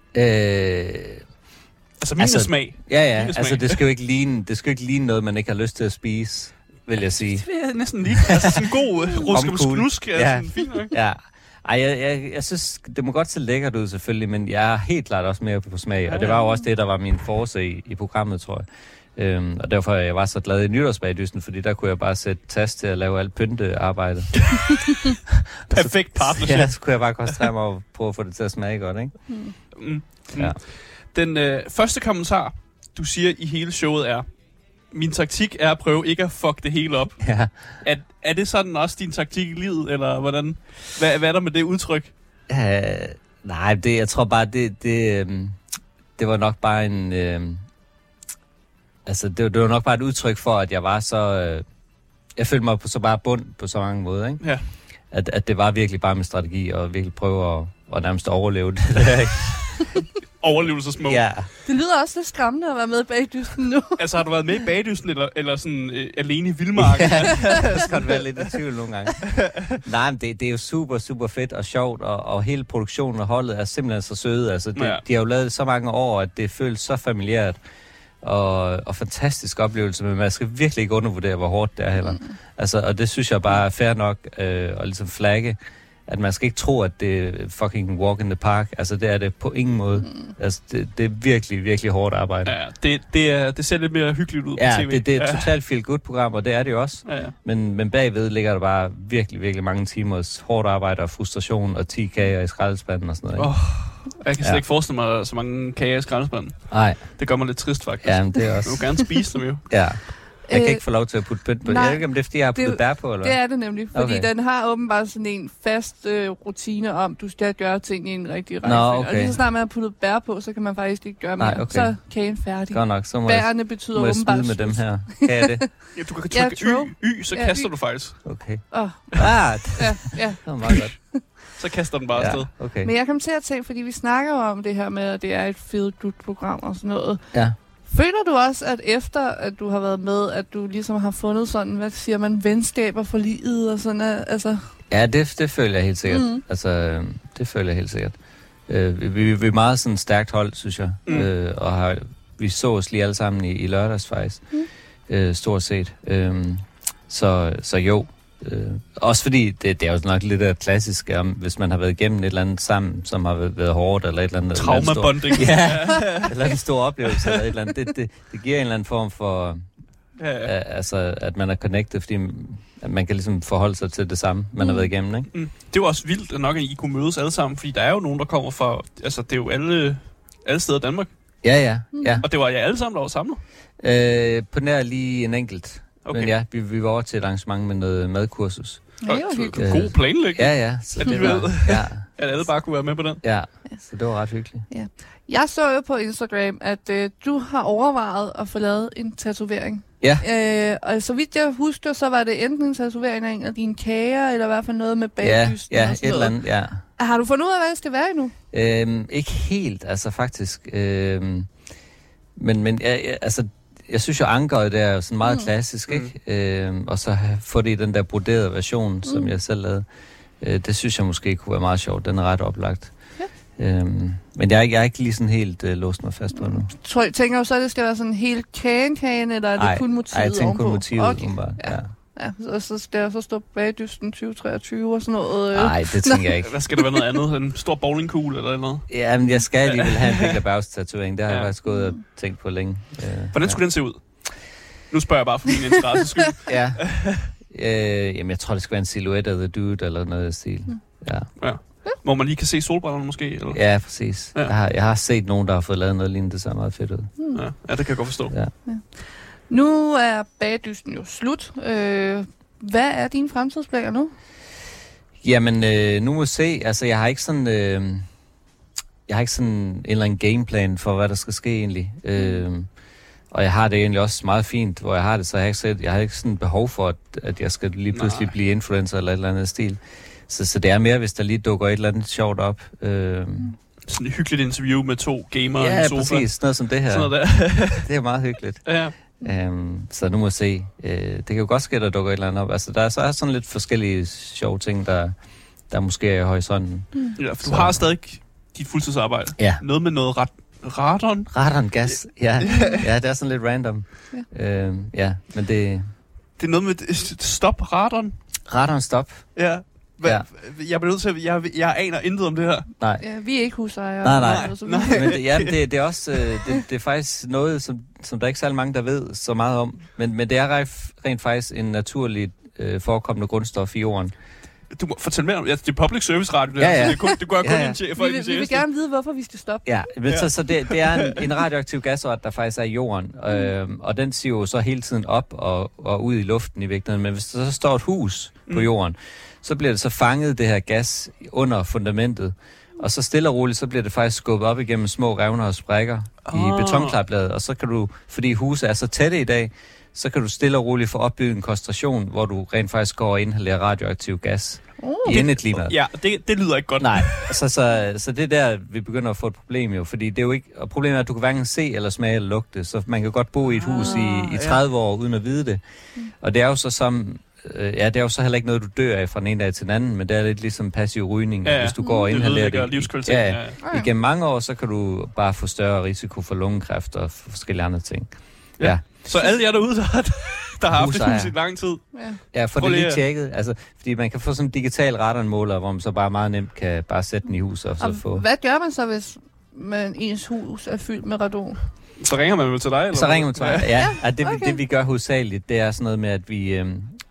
Min smag. Ja, altså det skal jo ikke ligne noget, man ikke har lyst til at spise, vil jeg sige. Det er næsten lige. Altså sådan en god ruskum sknusk. Ja. Sådan fint, ikke? Ja. Jeg synes, det må godt se lækkert ud selvfølgelig, men jeg er helt klart også mere på smag, og det var jo også det, der var min force i programmet, tror jeg. Og derfor jeg var så glad i nytårsbagdysten, fordi der kunne jeg bare sætte tast til at lave alt pyntearbejde. Perfekt partnership. Ja, så kunne jeg bare koncentrere mig på at få det til at smage godt, ikke? Ja. Den første kommentar, du siger i hele showet er, min taktik er at prøve ikke at fuck det hele op. Ja. Er det sådan også din taktik i livet, eller hvordan? Hvad er der med det udtryk? Nej, jeg tror bare, det var nok bare en... det var nok bare et udtryk for, at jeg var så... jeg følte mig så bare bund på så mange måder, ikke? Ja. At det var virkelig bare min strategi, og virkelig prøve at nærmest overleve det. Overlevelsesmode. Ja. Det lyder også lidt skræmmende at være med i bagdysten nu. Altså, har du været med i bagdysten, eller sådan alene i vildmarken? Ja, det skal være lidt i tvivl nogle gange. Nej, men det er jo super, super fedt og sjovt, og hele produktionen og holdet er simpelthen så søde. Altså, de har jo lavet det så mange år, at det føles så familiært. Og fantastisk oplevelse, men man skal virkelig ikke undervurdere, hvor hårdt det er heller. Altså, og det synes jeg bare er fair nok at ligesom flagge, at man skal ikke tro, at det er fucking walk in the park. Altså, det er det på ingen måde. Altså, det er virkelig, virkelig hårdt arbejde. Ja, det ser lidt mere hyggeligt ud på tv. Det er et totalt feel-good-program, og det er det jo også. Ja. Men bagved ligger der bare virkelig, virkelig mange timers hårdt arbejde og frustration og 10 kager i skraldespanden og sådan noget. Jeg kan slet ikke forestille mig så mange kager i skraldespanden. Nej. Det gør mig lidt trist, faktisk. Ja, det er også. Du vil gerne spise dem jo. Ja. Jeg kan ikke få lov til at putte pynt på. Jeg ved ikke, om det er, fordi jeg har puttet bær på, eller hvad? Det er det nemlig, fordi den har åbenbart sådan en fast rutine om, du skal gøre ting i en rigtig rækkefølge. Og lige så snart man har puttet bær på, så kan man faktisk ikke gøre mere. Så er kagen færdig. Godt nok, så må bærene betyder må jeg åbenbart med dem her. Kan jeg det? Ja, du kan trykke Y, så kaster du faktisk. Okay. Ja. Det var meget godt. Så kaster den bare afsted. Okay. Men jeg kom til at tænke, fordi vi snakker jo om det her med, at det er et feel-good-program og sådan noget. Ja. Føler du også, at efter at du har været med, at du ligesom har fundet sådan, hvad siger man, venskaber for livet og sådan altså? Ja, det føler jeg helt sikkert. Altså, det føler jeg helt sikkert. Vi er meget sådan stærkt hold, synes jeg. Og vi så os lige alle sammen i lørdags faktisk. Stort set. Så jo. Også fordi det er jo nok lidt af klassisk, hvis man har været igennem et eller andet sammen, som har været hårdt, eller et eller andet... Traumabonding. Ja, eller en stor oplevelse, eller et eller andet. Det giver en eller anden form for... Altså, at man er connected, fordi man kan ligesom forholde sig til det samme, man har været igennem, ikke? Det er jo også vildt nok, at I kunne mødes alle sammen, fordi der er jo nogen, der kommer fra... Altså, det er jo alle steder i Danmark. Ja. Og det var jer alle sammen, der var samlet? På nær lige en enkelt. Okay. Men ja, vi var over til et arrangement med noget madkursus. God planlægning. Ja. Så det var, at alle bare kunne være med på den. Ja, så det var ret hyggeligt. Ja. Jeg så jo på Instagram, at du har overvejet at få lavet en tatovering. Ja. Og så vidt jeg husker, så var det enten en tatovering af en af dine kager, eller i hvert fald noget med bagdysten. Ja, et eller andet, ja. Har du fundet ud af, hvad det skal være endnu? Ikke helt, altså faktisk. Men altså... Jeg synes jo, ankeret er sådan meget klassisk, ikke? Og så få det i den der broderede version, som jeg selv lavede. Det synes jeg måske kunne være meget sjovt. Den er ret oplagt. Ja. Men jeg er ikke lige sådan helt låst mig fast på nu. Tænker du så, at det skal være sådan helt kagen, eller er det kun motivet ovenpå? Nej, jeg tænker kun motivet ovenpå. Ja, og så skal jeg så stå bagdysten 2023 og sådan noget. Nej, det tænker jeg ikke. Hvad skal det være noget andet? En stor bowlingkugle eller noget? Ja, men jeg skal alligevel have en Niklas Bauers-tatovering. Det har jeg faktisk gået og tænkt på længe. Hvordan skulle den se ud? Nu spørger jeg bare for min interesse skyld. Ja. Jamen, jeg tror, det skal være en silhouette af The Dude eller noget af stil. Ja. Hvor man lige kan se solbrillerne måske? Eller? Ja, præcis. Ja. Jeg har set nogen, der har fået lavet noget lignende, det ser meget fedt ud. Ja, det kan jeg godt forstå. Ja. Nu er bagdysten jo slut. Hvad er dine fremtidsplaner nu? Jamen, nu må vi se. Altså, jeg har ikke sådan en eller anden gameplan for, hvad der skal ske egentlig. Og jeg har det egentlig også meget fint, hvor jeg har det, så jeg har ikke sådan behov for, at jeg skal lige pludselig blive influencer eller et eller andet stil. Så det er mere, hvis der lige dukker et eller andet sjovt op. Sådan et hyggeligt interview med 2 gamere i en sofa. Ja, præcis. Noget som det her. Sådan noget der. Det er meget hyggeligt. Ja. Så nu må jeg se. Det kan jo godt ske, at der dukker et eller andet op. Altså, der er sådan lidt forskellige sjove ting, der måske er i horisonten. Ja, for du har stadig dit fuldtidsarbejde. Ja. Noget med noget radon. Radongas, ja. Ja, det er sådan lidt random. Men det... Det er noget med stop radon. Radon stop. Ja. Jeg bliver nødt til at... Jeg aner intet om det her. Nej. Ja, vi er ikke husejere. Nej. Men det er også... det er faktisk noget, som der ikke er særlig mange, der ved så meget om. Men det er rent faktisk en naturligt forekommende grundstof i jorden. Du må fortælle mere om det. Det er public service radio. Ja. Det går kun en chef. Vi vil gerne vide, hvorfor vi skal stoppe. Ja, men så det er en radioaktiv gasart, der faktisk er i jorden. Og den siger jo så hele tiden op og ud i luften i virkeligheden. Men hvis der så står et hus på jorden, så bliver det så fanget, det her gas, under fundamentet. Og så stille og roligt, så bliver det faktisk skubbet op igennem små revner og sprækker i betonklapbladet. Og så kan du, fordi huset er så tætte i dag, så kan du stille og roligt få opbygget en koncentration, hvor du rent faktisk går og inhalerer radioaktiv gas i indeklimaet. Ja, det lyder ikke godt. Nej, så det er der, vi begynder at få et problem jo, fordi det er jo ikke... Og problemet er, at du kan hverken se eller smage eller lugte, så man kan godt bo i et hus i 30 år uden at vide det. Og det er jo så som... det er jo så heller ikke noget, du dør af fra den ene dag til den anden, men det er lidt ligesom passiv rygning. Hvis du går og inhalerer det igennem mange år, så kan du bare få større risiko for lungekræft og forskellige andre ting. Ja. Så alle jer derude, der har haft et hus i lang tid. Ja, for det lige tjekket. Altså, fordi man kan få sådan en digital radonmåler, hvor man så bare meget nemt kan bare sætte den i hus og så få... Hvad gør man så, hvis ens hus er fyldt med radon? Så ringer man vel til dig? Eller så ringer man til mig, ja. Det vi gør hovedsageligt, det er sådan noget med, at vi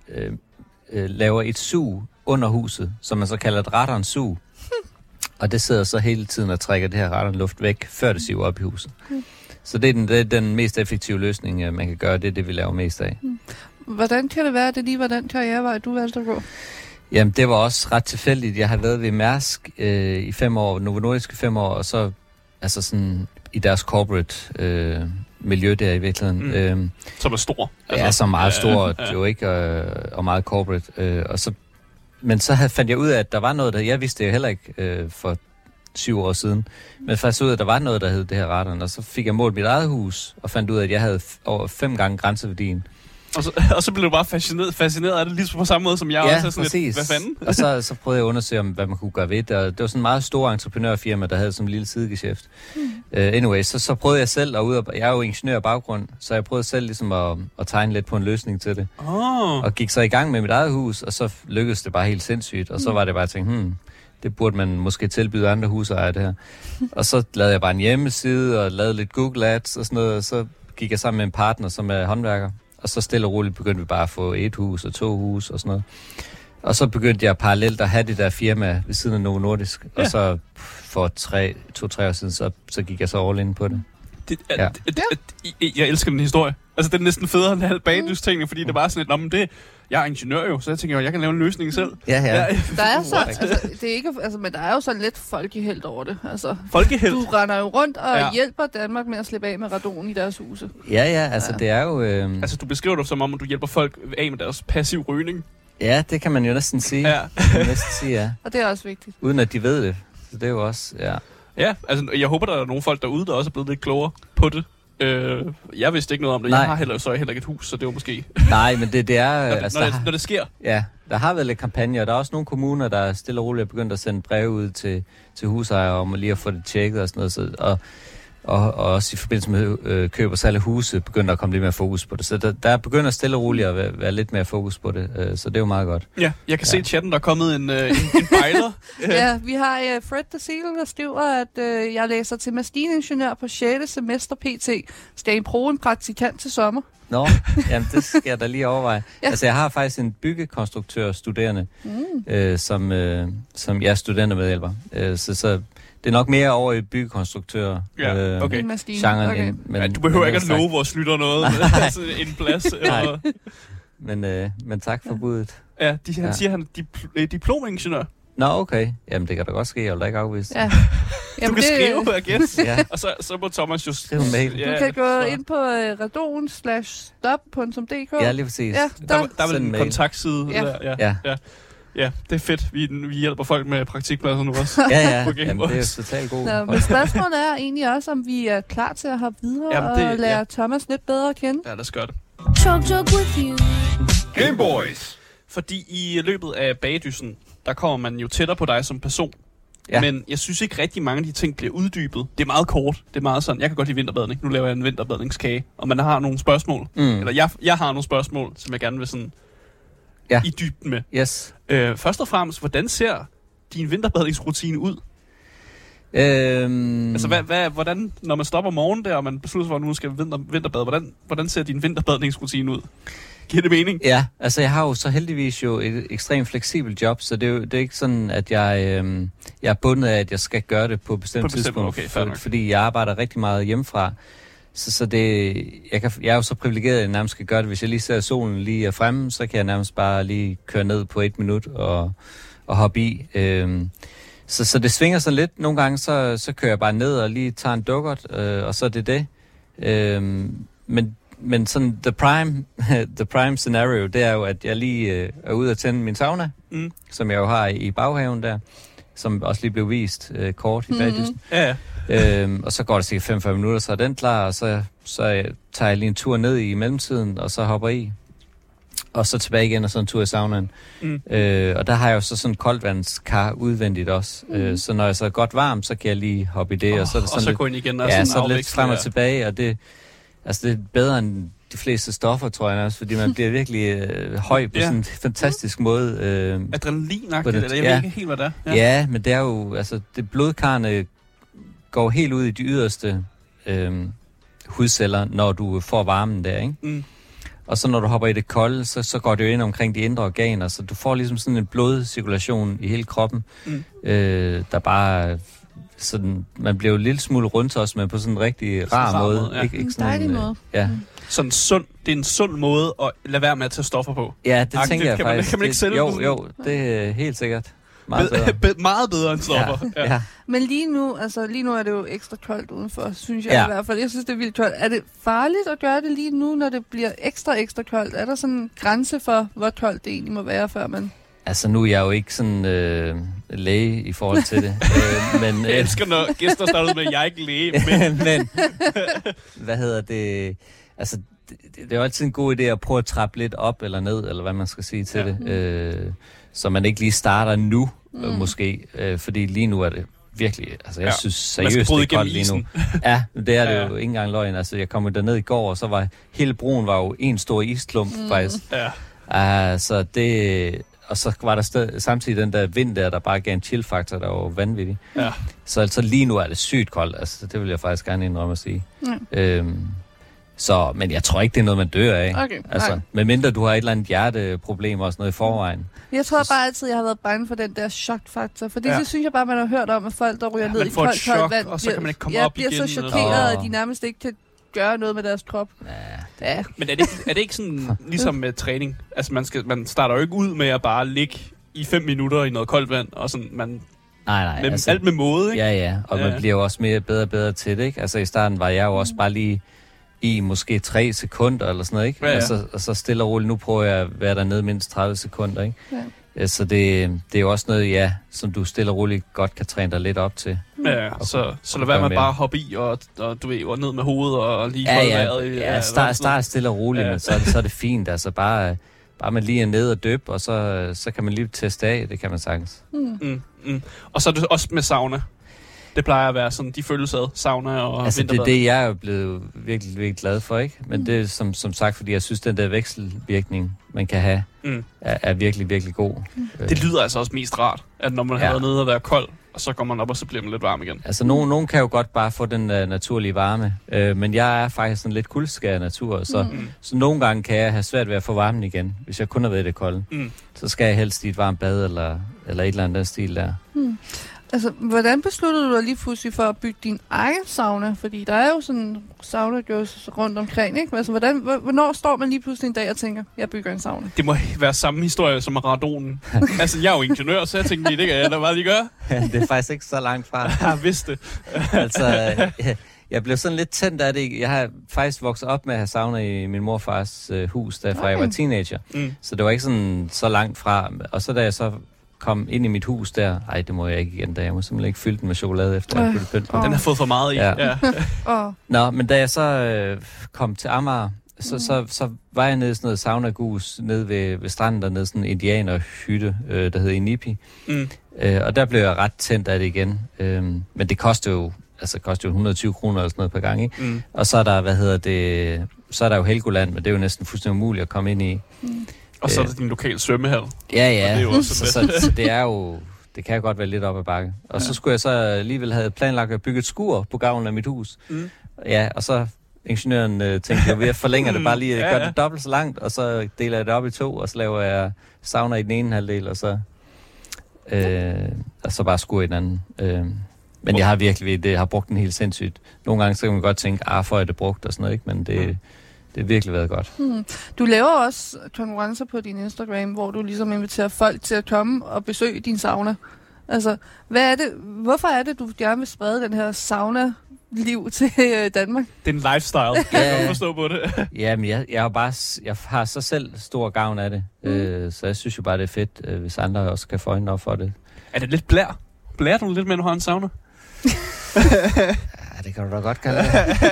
laver et sug under huset, som man så kalder et radonsug. Og det sidder så hele tiden og trækker det her radonluft væk, før det siver op i huset. Så det er den mest effektive løsning, man kan gøre. Det er det, vi laver mest af. Hvordan kan det være, at det lige var den karrierevej, du valgte at gå? Jamen, det var også ret tilfældigt. Jeg har været ved Mærsk i 5 år, Novo Nordisk i 5 år, og så altså sådan i deres corporate miljø der i virkeligheden. Som er stor. Altså, ja, som er meget stor, jo ikke, og meget corporate. Men så fandt jeg ud af, at der var noget, der... Jeg vidste det jo heller ikke for 7 år siden. Men faktisk ud af, at der var noget, der hed det her radon. Og så fik jeg målt mit eget hus, og fandt ud af, at jeg havde over 5 gange grænseværdien. Og så blev du bare fascineret af det, lige på samme måde, som jeg også er sådan præcis. Lidt, hvad fanden? Og så prøvede jeg at undersøge, hvad man kunne gøre ved det. Og det var sådan en meget stor entreprenørfirma, der havde sådan en lille sidegeschæft. Anyway, så prøvede jeg selv at jeg er jo ingeniør af baggrund, så jeg prøvede selv ligesom at tegne lidt på en løsning til det. Og gik så i gang med mit eget hus, og så lykkedes det bare helt sindssygt. Og så var det bare at tænke, det burde man måske tilbyde andre husejere, det her. Og så lavede jeg bare en hjemmeside, og lavede lidt Google Ads og sådan noget, og så gik jeg sammen med en partner, som er håndværker. Og så stille og roligt begyndte vi bare at få 1 hus og 2 hus og sådan noget. Og så begyndte jeg parallelt at have det der firma ved siden af Novo Nordisk. Ja. Og så for 2-3 år siden, så gik jeg så all in på det. Jeg elsker den historie. Altså, det er næsten federe end halv bagdystingning, fordi det var sådan lidt, jeg er ingeniør jo, så jeg tænker, jeg kan lave en løsning selv. Ja. Der er så, det er ikke, men der er jo så lidt folkehelt over det. Altså, folkehelt? Du render jo rundt og hjælper Danmark med at slippe af med radon i deres huse. Altså det er jo... Altså, du beskriver det som om, at du hjælper folk af med deres passiv rygning. Ja, det kan man jo næsten sige. Ja. Og det er også vigtigt. Uden at de ved det. Så det er jo også, Ja, altså jeg håber, der er nogle folk derude, der også er blevet lidt klogere på det. Jeg vidste ikke noget om det. Jeg har heller ikke et hus, så det var måske... Nej, men det er... når det sker. Ja, der har været lidt kampagner. Der er også nogle kommuner, der stille og roligt er begyndt at sende breve ud til husejere om lige at få det tjekket og sådan noget. Og også i forbindelse med køb og salg af huse begynder at komme lidt mere fokus på det. Så der begynder stille og roligt at være lidt mere fokus på det. Så det er jo meget godt. Ja, jeg kan se i chatten, der er kommet en bejler. Ja, vi har Fred de Seal, der skriver, at jeg læser til maskiningeniør på 6. semester PT. Skal I bruge en praktikant til sommer? Nå, jamen det skal jeg da lige overveje. Altså jeg har faktisk en byggekonstruktør-studerende, som jeg er studentermedhjælper. Så det er nok mere over i byggekonstruktør. Ja, okay. Genren. Okay. Men du behøver ikke at love vores lytter noget. Altså en plads. Men tak for budet. Ja, han siger, han er diplomingeniør. Nå, okay. Jamen, det kan da godt ske. Jeg vil da ikke afvise. Ja. Du kan skrive, I guess. Og så må Thomas jo skrive en mail. Du kan gå ind på radon.stop.dk. Ja, lige præcis. Ja, der er vel en kontaktside. Ja, det er fedt. Vi hjælper folk med praktikpladser nu også. Jamen, det er jo totalt god. Men spørgsmålet er egentlig også, om vi er klar til at have videre og lære Thomas lidt bedre at kende. Ja, lad os gøre det. Gameboys! Fordi i løbet af bagdyssen, der kommer man jo tættere på dig som person. Ja. Men jeg synes ikke rigtig mange af de ting bliver uddybet. Det er meget kort. Det er meget sådan, jeg kan godt lide vinterbadning. Nu laver jeg en vinterbadningskage. Og man har nogle spørgsmål. Eller jeg har nogle spørgsmål, som jeg gerne vil sådan... i dybden med. Yes. Først og fremmest, hvordan ser din vinterbadningsrutine ud? Altså, hvordan, når man stopper morgenen der, og man beslutter sig for, at nu skal vinterbade, hvordan ser din vinterbadningsrutine ud? Giver det mening? Ja, altså jeg har jo så heldigvis jo et ekstremt fleksibelt job, så det er ikke sådan, at jeg er bundet af, at jeg skal gøre det på et bestemt tidspunkt, fordi jeg arbejder rigtig meget hjemmefra. Så det, jeg er jo så privilegeret, at jeg nærmest skal gøre det. Hvis jeg lige ser solen lige er fremme, så kan jeg nærmest bare lige køre ned på 1 minut og hoppe i. Så det svinger sådan lidt. Nogle gange, så kører jeg bare ned og lige tager en dukkert, og så er det. Men sådan the prime scenario, det er jo, at jeg lige er ude at tænde min sauna, som jeg jo har i baghaven der, som også lige blev vist kort i bagdysten. Ja. Og så går det sikkert 45 minutter, så er den klar, og så tager jeg lige en tur ned i mellemtiden, og så hopper i. Og så tilbage igen, og så en tur i saunaen. Og der har jeg jo så sådan en koldvandskar udvendigt også. Så når jeg så er godt varm, så kan jeg lige hoppe i det. Og så er det sådan og så lidt, gå ind igen og ja, sådan så lidt frem og tilbage, og det er bedre end de fleste stoffer, tror jeg også, fordi man bliver virkelig høj på sådan en fantastisk måde. Adrenalinagtigt, eller jeg ved ikke helt, hvad det er. Ja, men det er jo, altså, blodkarrene går helt ud i de yderste hudceller, når du får varmen der, ikke? Og så når du hopper i det kolde, så går det jo ind omkring de indre organer, så du får ligesom sådan en blodcirkulation i hele kroppen, der bare sådan, man bliver jo en lille smule rundt også, men på sådan en rigtig rar måde. Ja. Ikke sådan dejlig måde. Ja. Sådan sund, det er en sund måde at lade være med at tage stoffer på. Ja, det tænker jeg faktisk. Kan man ikke sælge Jo, det er helt sikkert. Meget bedre end stoffer. Ja. Men lige nu er det jo ekstra koldt udenfor, synes jeg i hvert fald. Jeg synes, det er vildt koldt. Er det farligt at gøre det lige nu, når det bliver ekstra koldt? Er der sådan en grænse for, hvor koldt det egentlig må være, før man... Altså, nu er jeg jo ikke sådan læge i forhold til det. Men, jeg elsker, når gæster starter med, at jeg er ikke læge. Men hvad hedder det? Altså, det er jo altid en god idé at prøve at trappe lidt op eller ned, eller hvad man skal sige til det. Så man ikke lige starter nu, måske. Fordi lige nu er det virkelig... Altså, jeg synes seriøst, det er koldt lige nu. Ja, det er det jo ikke engang løgn. Altså, jeg kom derned i går, og så var hele broen var jo en stor isklump, faktisk. Så det... Og så var der samtidig den der vind der bare gav en chill-faktor, der var vanvittig. Ja. Så altså lige nu er det sygt koldt. Altså, det vil jeg faktisk gerne indrømme at sige. Men jeg tror ikke, det er noget, man dør af. Okay, altså, medmindre du har et eller andet hjerteproblem og sådan noget i forvejen. Jeg tror bare altid, jeg har været bange for den der chok-faktor. For det så synes jeg bare, man har hørt om, at folk, der ryger ned i koldt vand, og så kan man ikke komme op igen. Bliver så chokeret, at de nærmest ikke kan gøre noget med deres krop. Ja. Men er det ikke sådan, ligesom med træning? Altså, man starter jo ikke ud med at bare ligge i 5 minutter i noget koldt vand, og sådan, man... Nej, altså, alt med måde, ikke? Ja, og man bliver jo også bedre og bedre til det, ikke? Altså, i starten var jeg jo også bare lige i måske 3 sekunder, eller sådan noget, ikke? Ja. Og så stille og roligt, nu prøver jeg at være dernede mindst 30 sekunder, ikke? Ja. Så det er jo også noget, som du stille og roligt godt kan træne dig lidt op til. Ja, så lad være med bare at hoppe i, og du ved, og ned med hovedet, og lige holde vejret. Ja, start stille og roligt, men så er det fint. Altså bare man lige er ned og døb, og så kan man lige teste af, det kan man sagtens. Og så er det også med sauna. Det plejer at være sådan, de føles ad, sauna og altså vinterbad. Det jeg er jo blevet virkelig, virkelig glad for, ikke? Men det er som sagt, fordi jeg synes, den der vekselvirkning, man kan have, er virkelig, virkelig god. Det lyder altså også mest rart, at når man har været nede og været kold, og så går man op, og så bliver man lidt varm igen. Altså, nogen kan jo godt bare få den naturlige varme, men jeg er faktisk sådan lidt kuldskæret natur, så nogle gange kan jeg have svært ved at få varmen igen, hvis jeg kun har været i det kolde. Så skal jeg helst i et varmt bad, eller et eller andet stil der. Altså, hvordan besluttede du dig lige pludselig for at bygge din egen sauna? Fordi der er jo sådan sauna rundt omkring, ikke? Altså, hvornår står man lige pludselig en dag og tænker, jeg bygger en sauna? Det må være samme historie som Maradonen. Altså, jeg er jo ingeniør, så jeg tænkte, det kan jeg da bare lige gøre. Ja, det er faktisk ikke så langt fra. Jeg vidste det. Altså, jeg blev sådan lidt tændt af det. Jeg har faktisk vokset op med at have sauna i min morfars hus, fra jeg var teenager. Så det var ikke sådan så langt fra. Og så da jeg så kom ind i mit hus der. Ej, det må jeg ikke igen, da jeg må simpelthen ikke fylde den med chokolade efter jeg pynt på. Den har fået for meget i. Ja. Nå, men da jeg så kom til Amager, så var jeg nede i sådan noget saunagus nede ved stranden dernede, sådan en indianerhytte, der hedder Inipi. Og der blev jeg ret tændt af det igen. Men det koster jo 120 kroner eller sådan noget per gang, ikke? Og så er der, så er der jo Helgoland, men det er jo næsten fuldstændig umuligt at komme ind i. Og så er det din lokale svømmehal. Ja. Det er jo også så det er jo... Det kan godt være lidt op ad bakke. Og så skulle jeg så alligevel have planlagt at bygge et skur på gavlen af mit hus. Ja, og så ingeniøren tænkte jeg, ved at forlænge det bare lige, gør det dobbelt så langt, og så deler jeg det op i 2, og så laver jeg sauna i den ene halvdel, og så bare skur i den anden. Men jeg har virkelig har brugt den helt sindssygt. Nogle gange så kan man godt tænke, får jeg det brugt og sådan noget, ikke? Men det har virkelig været godt. Du laver også konkurrencer på din Instagram, hvor du ligesom inviterer folk til at komme og besøge din sauna. Altså, hvorfor er det, du gerne vil sprede den her sauna-liv til Danmark? Det er en lifestyle. Jeg kan forstå på det. Jamen, jeg har så selv stor gavn af det. Så jeg synes jo bare, det er fedt, hvis andre også kan få øjnene op for det. Er det lidt blær? Blærer du lidt med, når du har en sauna? Det kan du da godt kalde det.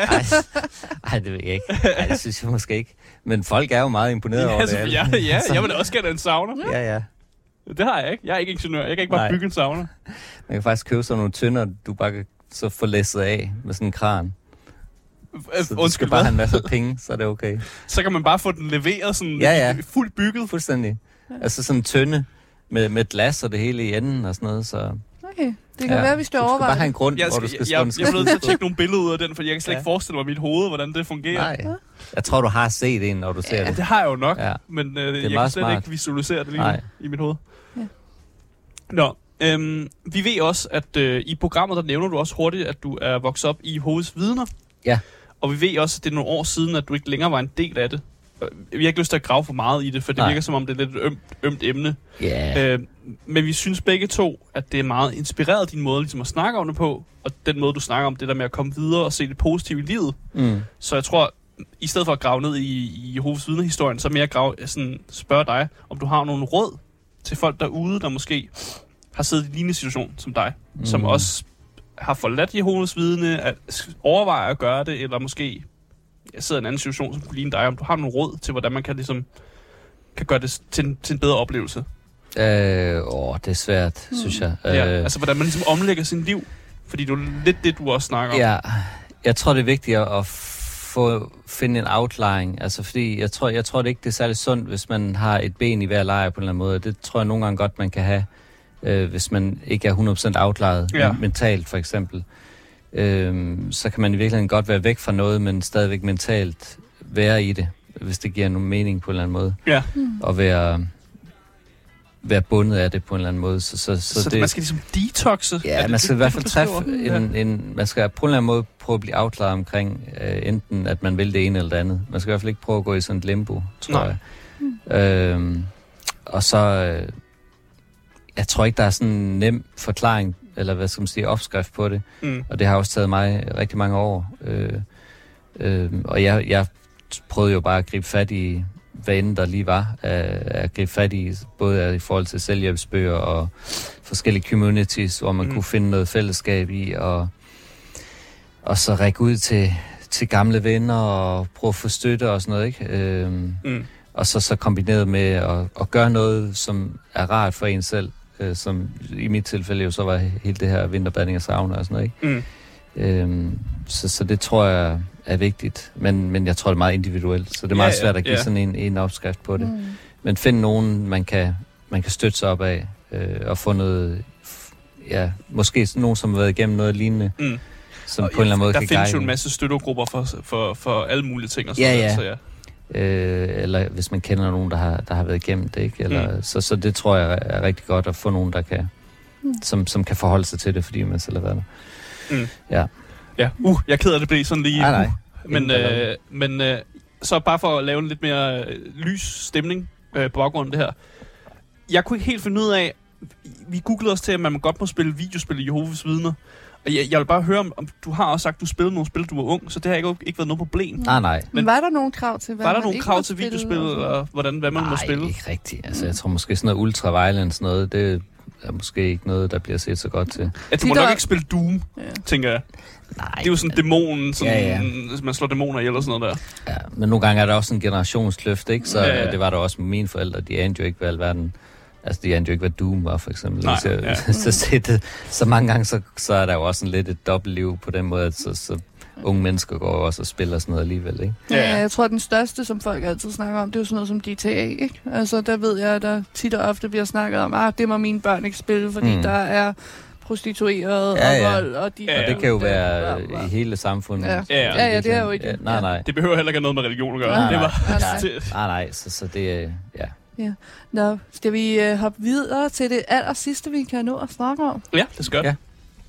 Ej, det ved jeg ikke. Ej, det synes jeg måske ikke. Men folk er jo meget imponeret over det. Ja, jeg vil også gerne en sauna. Ja. Det har jeg ikke. Jeg er ikke ingeniør. Jeg kan ikke bare bygge en sauna. Man kan faktisk købe sådan nogle tønder, du bare kan så få læsset af med sådan en kran. Så du skal bare have en masse penge, så er det okay. Så kan man bare få den leveret sådan fuldt bygget? Fuldstændig. Altså sådan en tønde med glas og det hele i enden og sådan noget, så... Okay, det kan være, hvis du overvejer. Du skal bare have en grund, hvor du skal stå en Jeg er nødt til at tjekke nogle billeder ud af den, for jeg kan slet ikke forestille mig mit hoved, hvordan det fungerer. Nej, jeg tror, du har set en, når du ser det. Det har jeg jo nok, men jeg kan slet ikke visualisere det lige i mit hoved. Ja. Nå, vi ved også, at i programmet, der nævner du også hurtigt, at du er vokset op i Jehovas Vidner. Ja. Og vi ved også, at det er nogle år siden, at du ikke længere var en del af det. Vi har ikke lyst til at grave for meget i det, for det virker som om, det er lidt et ømt emne. Yeah. Men vi synes begge to, at det er meget inspireret din måde ligesom at snakke om det på, og den måde, du snakker om det der med at komme videre og se det positive i livet. Så jeg tror, i stedet for at grave ned i Jehovas Vidner-historien, så mere spørge dig, om du har nogle råd til folk derude, der måske har siddet i en lignende situation som dig, som også har forladt Jehovas Vidne, at overveje at gøre det, eller måske sidder i en anden situation, som kunne ligne dig, om du har nogle råd til, hvordan man kan gøre det til en bedre oplevelse? Det er svært, synes jeg. Altså, hvordan man ligesom omlægger sin liv, fordi det er lidt det, du også snakker om. Ja, jeg tror, det er vigtigt at finde en outline, altså fordi jeg tror det ikke, det er særlig sundt, hvis man har et ben i hver lejr på en eller anden måde. Det tror jeg nogle gange godt, man kan have, hvis man ikke er 100% outlejet mentalt, for eksempel. Så kan man i virkeligheden godt være væk fra noget, men stadigvæk mentalt være i det, hvis det giver nogen mening på en eller anden måde. Ja. Og være bundet af det på en eller anden måde. Så det, man skal ligesom detoxe? Ja, man skal i hvert fald træffe man skal på en eller anden måde prøve at blive afklaret omkring enten, at man vil det ene eller det andet. Man skal i hvert fald ikke prøve at gå i sådan et limbo, tror jeg. Og så... jeg tror ikke, der er sådan en nem forklaring, eller hvad skal man sige, opskrift på det. Og det har også taget mig rigtig mange år. Og jeg prøvede jo bare at gribe fat i, hvad end der lige var, at gribe fat i, både i forhold til selvhjælpsbøger og forskellige communities, hvor man kunne finde noget fællesskab i, og så række ud til gamle venner og prøve at få støtte og sådan noget, ikke? Og så kombineret med at gøre noget, som er rart for en selv, som i mit tilfælde jo så var hele det her vinterbadning og sauna og sådan noget, ikke? Så det tror jeg er vigtigt, men jeg tror, det er meget individuelt, så det er meget svært at give sådan en opskrift på det. Men find nogen, man kan støtte sig op af, og få noget, måske nogen, som har været igennem noget lignende, som på en eller anden måde kan guide. Der findes jo en masse støttegrupper for alle mulige ting og sådan noget. Eller hvis man kender nogen, der har været igennem det, ikke? Eller, så det tror jeg er rigtig godt at få nogen, der kan, som kan forholde sig til det, fordi man selv har været der. Ja, jeg er ked af, at det blev sådan lige. Nej. Men så bare for at lave en lidt mere lys stemning på baggrunden af det her. Jeg kunne ikke helt finde ud af, vi googlede os til, at man godt må spille videospil i Jehovas Vidner. Og jeg vil bare høre, om du har også sagt, at du spillede nogle spil, du var ung, så det har ikke været noget problem. Nej. Men var der nogle krav til, hvad man ikke må spille? Videospil, eller hvad man må spille? Nej, ikke rigtigt. Altså, jeg tror måske sådan noget ultraviolence, sådan noget, det er måske ikke noget, der bliver set så godt til. Ja, du må nok ikke spille Doom, tænker jeg. Nej. Det er jo sådan dæmonen, man slår dæmoner ihjel og sådan noget der. Ja, men nogle gange er der også en generationskløft, ikke? Så det var der også med mine forældre. De anede jo ikke, hvad alverden... Altså, de anede jo ikke, hvad Doom var, for eksempel. Så mange gange, så er der jo også sådan lidt et dobbeltliv på den måde, at så unge mennesker går også og spiller sådan noget alligevel, ikke? Ja, jeg tror, at den største, som folk altid snakker om, det er jo sådan noget som GTA, ikke? Altså, der ved jeg, at der tit og ofte bliver snakket om, det må mine børn ikke spille, fordi der er prostitueret og vold. Og det kan jo være i hele samfundet. Ja, det er jo ikke. Nej. Det behøver heller ikke noget med religion at gøre. Nej, så det Ja. Nå, skal vi hoppe videre til det allersidste, vi kan nå at snakke om? Ja, det skal ja.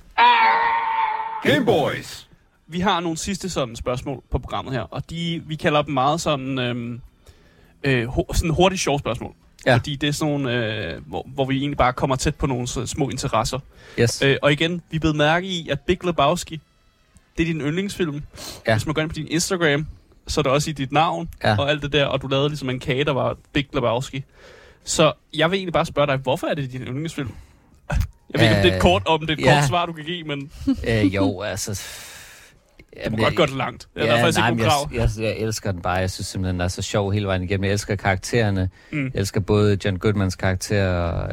Game Boys! Vi har nogle sidste sådan spørgsmål på programmet her, og vi kalder dem meget sådan, sådan hurtige sjove spørgsmål. Ja. Fordi det er sådan nogle, hvor vi egentlig bare kommer tæt på nogle små interesser. Yes. Og igen, vi blev mærke i, at Big Lebowski, det er din yndlingsfilm. Ja. Hvis man går ind på din Instagram, så er det også i dit navn og alt det der, og du lavede ligesom en kage, der var Big Lebowski. Så jeg vil egentlig bare spørge dig, hvorfor er det din yndlingsfilm? Jeg ved ikke, om det er et kort svar, du kan give, men... Jo, altså... Det må godt gå det langt. Jeg elsker den bare. Jeg synes simpelthen, den er så sjov hele vejen igennem. Jeg elsker karaktererne. Jeg elsker både John Goodmans karakter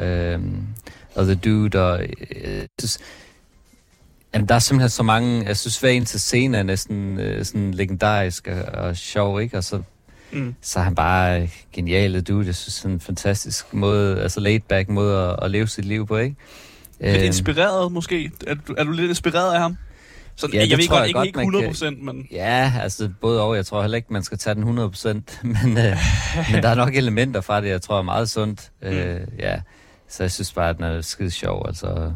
og The Dude. Og synes, der er simpelthen så mange... Jeg synes, hver eneste scene er næsten sådan legendarisk og sjov, ikke? Og så er han bare genial, Dude. Jeg synes, sådan en fantastisk måde, altså laid-back måde at leve sit liv på, ikke? Lidt inspireret måske? Er du lidt inspireret af ham? Så ja, jeg ved godt, ikke 100%, men... Ja, altså både og. Jeg tror heller ikke, man skal tage den 100%, men der er nok elementer fra det, jeg tror er meget sundt. Ja, så jeg synes bare, at den er skide sjov, altså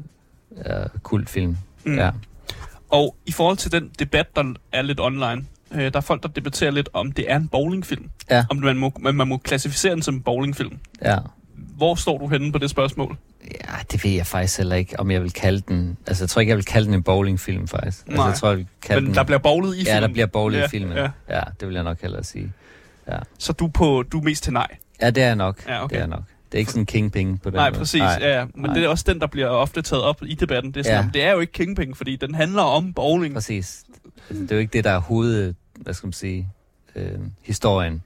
kult film. Ja. Og i forhold til den debat, der er lidt online, der er folk, der debatterer lidt, om det er en bowlingfilm. Ja. Om man må klassificere den som en bowlingfilm. Ja. Hvor står du henne på det spørgsmål? Ja, det ved jeg faktisk heller ikke, om jeg vil kalde den... Altså, jeg tror ikke, jeg vil kalde den en bowlingfilm, faktisk. Nej, jeg tror, jeg vil kalde men der bliver bowlet i filmen? Ja, der bliver bowlet i filmen. Ja, det vil jeg nok hellere sige. Ja. Så du er mest til nej? Ja, det er nok. Ja, okay. Det er nok. Det er ikke sådan Kingpin på den måde. Præcis. Nej. Men det er også den, der bliver ofte taget op i debatten. Det er, sådan, det er jo ikke Kingpin, fordi den handler om bowling. Præcis. Det er jo ikke det, der er hoved... Hvad skal man sige? Historien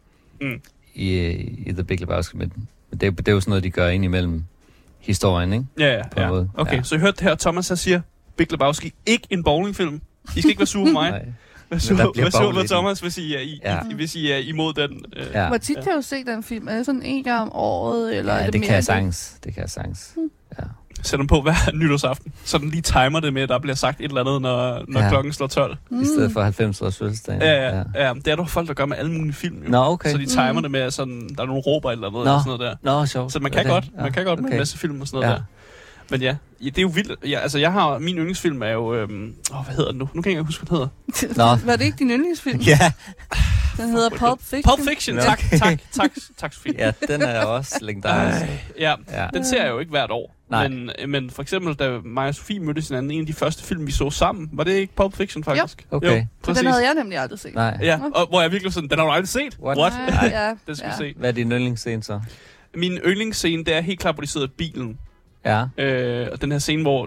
i The Big Lebowski. Men det er jo sådan noget, de gør ind imellem historien, ikke? Ja. Okay, så I hørte her, Thomas siger, Big Lebowski ikke en bowlingfilm. I skal ikke være sure på mig. Hvad sur på Thomas, hvis I er imod den? Hvor tit kan du se den film? Er det sådan en gang om året? Eller er det kan jeg sagtens. Det kan jeg sagtens. Ja. Sæt den på hver nytårsaften, så den lige timer det med, at der bliver sagt et eller andet, når klokken slår 12. I stedet for 90-års fødselsdag. Ja, det er der folk, der gør med alle mulige film. Jo. Nå, okay. Så de timer det med, sådan, der er nogle råber eller noget, eller sådan noget der. Nå, sjovt. Så man kan godt med en masse film og sådan noget der. Men ja, det er jo vildt. Min yndlingsfilm er jo... hvad hedder den nu? Nu kan jeg ikke huske, hvad den hedder. Var det ikke din yndlingsfilm? Ja. Den hedder Pulp Fiction. Pulp Fiction, tak Sofie. Ja, den er også legendarisk. Ja, den ser jeg jo ikke hvert år. Men for eksempel, da mig og Sofie mødtes hinanden, en af de første film, vi så sammen, var det ikke Pulp Fiction faktisk? Jo, okay. Jo, den havde jeg nemlig aldrig set. Nej. Ja, og hvor jeg virkelig sådan, den har du aldrig set? What? Ja, den skal vi se. Hvad er din yndlingsscene så? Min yndlingsscene, det er helt klart, hvor de sidder i bilen. Ja. Og den her scene, hvor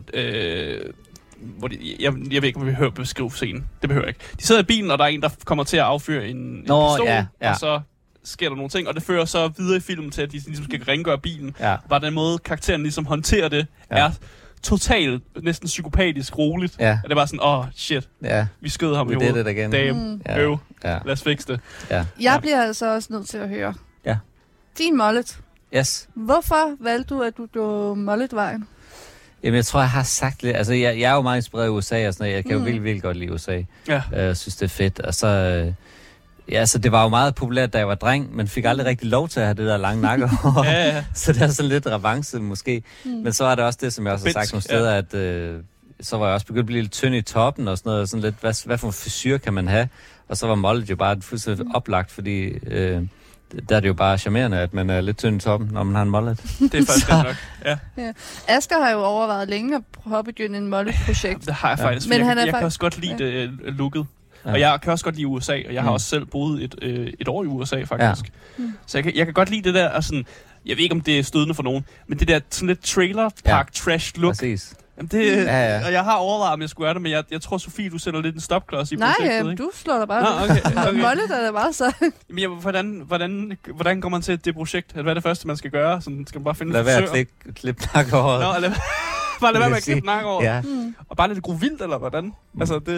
jeg ved ikke, om vi hører beskrive scenen. Det behøver jeg ikke. De sidder i bilen, og der er en, der kommer til at affyre en pistol, og så sker der nogle ting, og det fører så videre i filmen til, at de ligesom skal rengøre bilen. Ja. Bare den måde, karakteren ligesom håndterer det, er totalt, næsten psykopatisk roligt. Ja. Og det var sådan, shit, vi skød ham i hovedet. Damn, lad os fikse det. Ja. Jeg bliver altså også nødt til at høre. Ja. Din mullet. Yes. Hvorfor valgte du, at du går mulletvejen? Jamen, jeg tror, jeg har sagt lidt... Altså, jeg er jo meget inspireret af USA og sådan noget. Jeg kan jo virkelig godt lide USA. Ja. Jeg synes, det er fedt. Og så... så det var jo meget populært, da jeg var dreng, men fik aldrig rigtig lov til at have det der lange nakkehår. Så det er sådan lidt revanche, måske. Men så var det også det, som jeg også har sagt nogle steder, at... så var jeg også begyndt at blive lidt tynd i toppen og sådan noget. Sådan lidt, hvad for en frisyr kan man have? Og så var mullet jo bare fuldstændig oplagt, fordi... der er det jo bare charmerende, at man er lidt tynd i toppen, når man har en mullet. Det er faktisk nok, ja. Asger har jo overvejet længe at påbegynde en mullet-projekt. Det har jeg faktisk, men jeg kan også godt lide looket. Og jeg kan også godt lide USA, og jeg har også selv boet et år i USA, faktisk. Ja. Så jeg kan godt lide det der, og sådan, jeg ved ikke, om det er stødende for nogen, men det der sådan lidt trailer park trash look. Præcis. Jamen det, og jeg har overvejet, om jeg skulle gøre det, men jeg tror, Sofie, du sætter lidt en stopklods i projektet, ikke? Du slår dig bare. Okay. Mollet er det bare så. Men hvordan går man til det projekt? Hvad er det første, man skal gøre? Sådan, skal man bare finde lad være at klippe nakkehåret. Bare lad være med at klippe nakkehåret. Ja. Og bare lade det gro vildt, eller hvordan? Altså, det...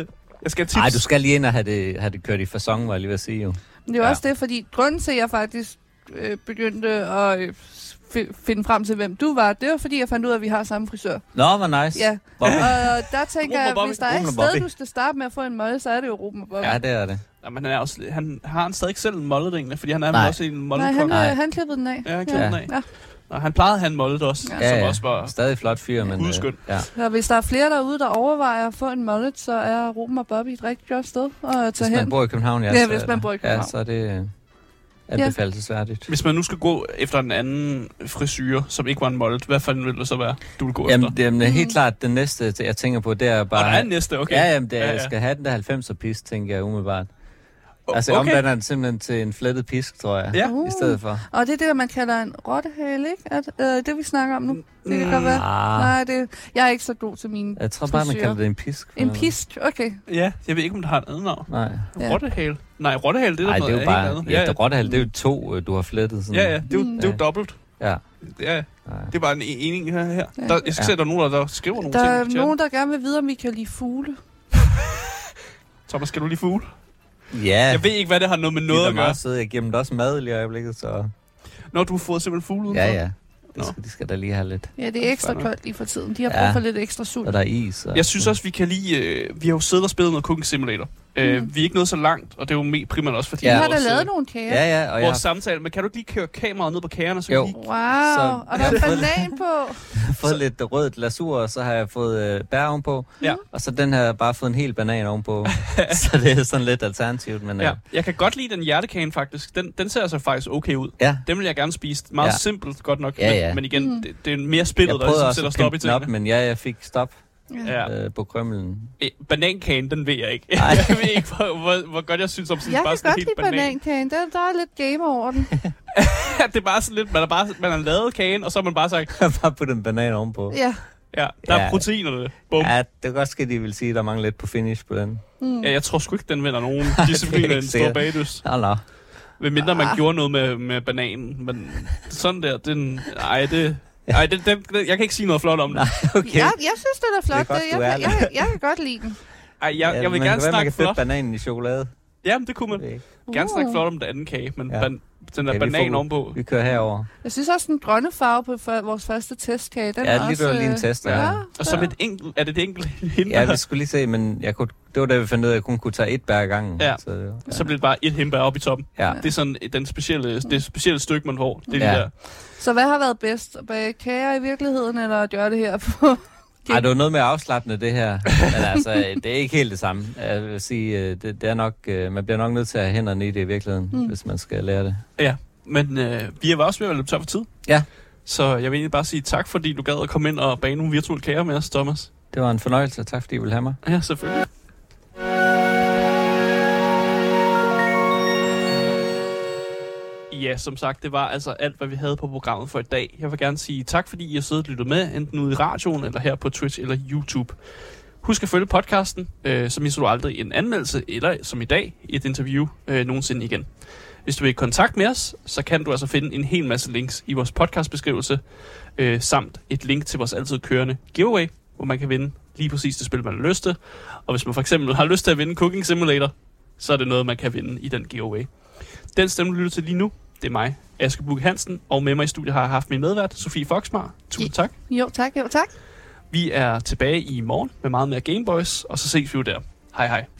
Nej, du skal lige ind og have det kørt i facon, var jeg lige ved at sige jo. Men det er også det, fordi grunden til, at jeg faktisk begyndte at finde frem til, hvem du var, det var fordi, jeg fandt ud af, at vi har samme frisør. Nå, hvor nice. Ja, og der tænker jeg, hvis der er et sted, du skal starte med at få en molde, så er det jo Ruben og Bobby. Ja, det er det. Ja, men han har stadig ikke selv en mollet egentlig, fordi han er også en moldekok. Nej, han klippede den af. Ja, han klippede den af. Ja. Og han plejede at have en mollet også, som også var stadig flot fyr, men udskønt. Ja, hvis der er flere derude, der overvejer at få en mollet, så er Ruben og Bobby et rigtig godt sted at tage hen. Hvis man bor i København, ja, hvis man bor i København. Ja, så er det anbefalelsesværdigt. Hvis man nu skal gå efter en anden frisyre, som ikke var en mollet, hvad fanden vil det så være, du vil gå efter? Jamen, helt klart, det næste, jeg tænker på, det er bare... Og der er en næste, okay. Ja, jamen, jeg skal have den der 90'er pisk, tænker jeg umiddelbart. Altså, jeg omdanner den simpelthen til en flettet pisk, tror jeg, i stedet for. Og det er det, man kalder en rottehale, ikke? Det, vi snakker om nu. Det kan godt være. Nej, jeg er ikke så god til mine Jeg tror bare, man kalder det en pisk. En pisk, okay. Ja, jeg ved ikke, om det har et andet navn. Nej. Rottehale? Nej, rottehale, det er noget helt andet. Ja, rottehale, det er jo 2, du har flettet. Sådan. Ja, det er jo dobbelt. Ja. Ja, det er bare en ening her. Ja. Jeg skal se, at der er nogen, der skriver nogle ting. Der er nogen, der gerne vil vide, om vi kan lide fugle. Thomas, skal du lide fugle? Ja. Jeg ved ikke, hvad det har noget med noget at gøre. Jeg giver dem da også mad lige i øjeblikket, så... Når du har fået simpelthen fugle udenfor? Ja. De skal da lige have lidt. Ja, det er ekstra koldt lige for tiden. De har brug for lidt ekstra sult. Og der er is. Jeg synes også, vi kan lige... vi har jo siddet og spillet noget Cooking Simulator. Vi er ikke nået så langt, og det er jo primært også fordi... Vi har da lavet nogle kager. Ja, og vores samtale, men kan du ikke lige køre kameraet ned på kagerne? Så jo. Wow, og der er banan på. Jeg har fået lidt rød glasur, og så har jeg fået bær ovenpå. Ja. Og så den her bare fået en hel banan ovenpå. Så det er sådan lidt alternativt. Men, Jeg kan godt lide den hjertekagen faktisk. Den ser altså faktisk okay ud. Ja. Den vil jeg gerne spise. Meget simpelt, godt nok. Ja. Men igen, det er mere spillet, der ligesom sætter stop i tingene. Op, men jeg fik stop. På krømmelen. Banankagen, den ved jeg ikke. Jeg ved ikke, hvor godt jeg synes om sådan bare sådan helt banan. Jeg kan godt lide banankagen. Der er lidt game over den. Det er bare sådan lidt, man har lavet kagen, og så har man bare sagt... bare putte en banan ovenpå. Ja, der er proteiner i det. Bum. Ja, det kan godt ske, at de vil sige, at der mangler lidt på finish på den. Ja, jeg tror sgu ikke, den vinder nogen discipliner en stor bagdyst. Nå. Ved mindre man gjorde noget med bananen. Men sådan der, jeg kan ikke sige noget flot om det. Nej, okay. Jeg synes, det er flot. Jeg kan godt lide den. Jeg vil gerne snakke flot. Man kan bananen i chokolade. Jamen, det kunne man. Gerne snakke flot om den anden kage, men den der banan ovenpå. Vi kører herover. Jeg synes også, den grønne farve på vores første testkage, den er også... Ja, lige en test. Ja. Og så er det enkelt hindbær? Ja, vi skulle lige se, men det var da vi fandt ud af, at jeg kun kunne tage et bær ad gangen. Ja, så blev det bare et hindbær op i toppen. Ja. Det er sådan det specielle stykke, man får. Det der. Så hvad har været bedst? At bage kager i virkeligheden, eller at gøre det her på... Ej, det var noget med afslappende, det her. Men altså, det er ikke helt det samme. Jeg vil sige, det er nok, man bliver nok nødt til at have hænderne i det i virkeligheden, hvis man skal lære det. Ja, men vi er også ved at løbe tør for tid. Ja. Så jeg vil egentlig bare sige tak, fordi du gad at komme ind og bage nogle virtuelle kager med os, Thomas. Det var en fornøjelse, tak fordi I ville have mig. Ja, selvfølgelig. Ja, som sagt, det var altså alt, hvad vi havde på programmet for i dag. Jeg vil gerne sige tak, fordi I har siddet og lyttet med, enten ude i radioen, eller her på Twitch eller YouTube. Husk at følge podcasten, så misser du aldrig en anmeldelse, eller som i dag, et interview nogensinde igen. Hvis du vil i kontakt med os, så kan du altså finde en hel masse links i vores podcastbeskrivelse, samt et link til vores altid kørende giveaway, hvor man kan vinde lige præcis det spil, man har lyst til. Og hvis man for eksempel har lyst til at vinde Cooking Simulator, så er det noget, man kan vinde i den giveaway. Den stemme, du lytter til lige nu, det er mig, Asger Bukke Hansen, og med mig i studiet har jeg haft min medvært, Sofie Foxmar. Tusind tak. Jo tak. Vi er tilbage i morgen med meget mere Gameboys, og så ses vi jo der. Hej hej.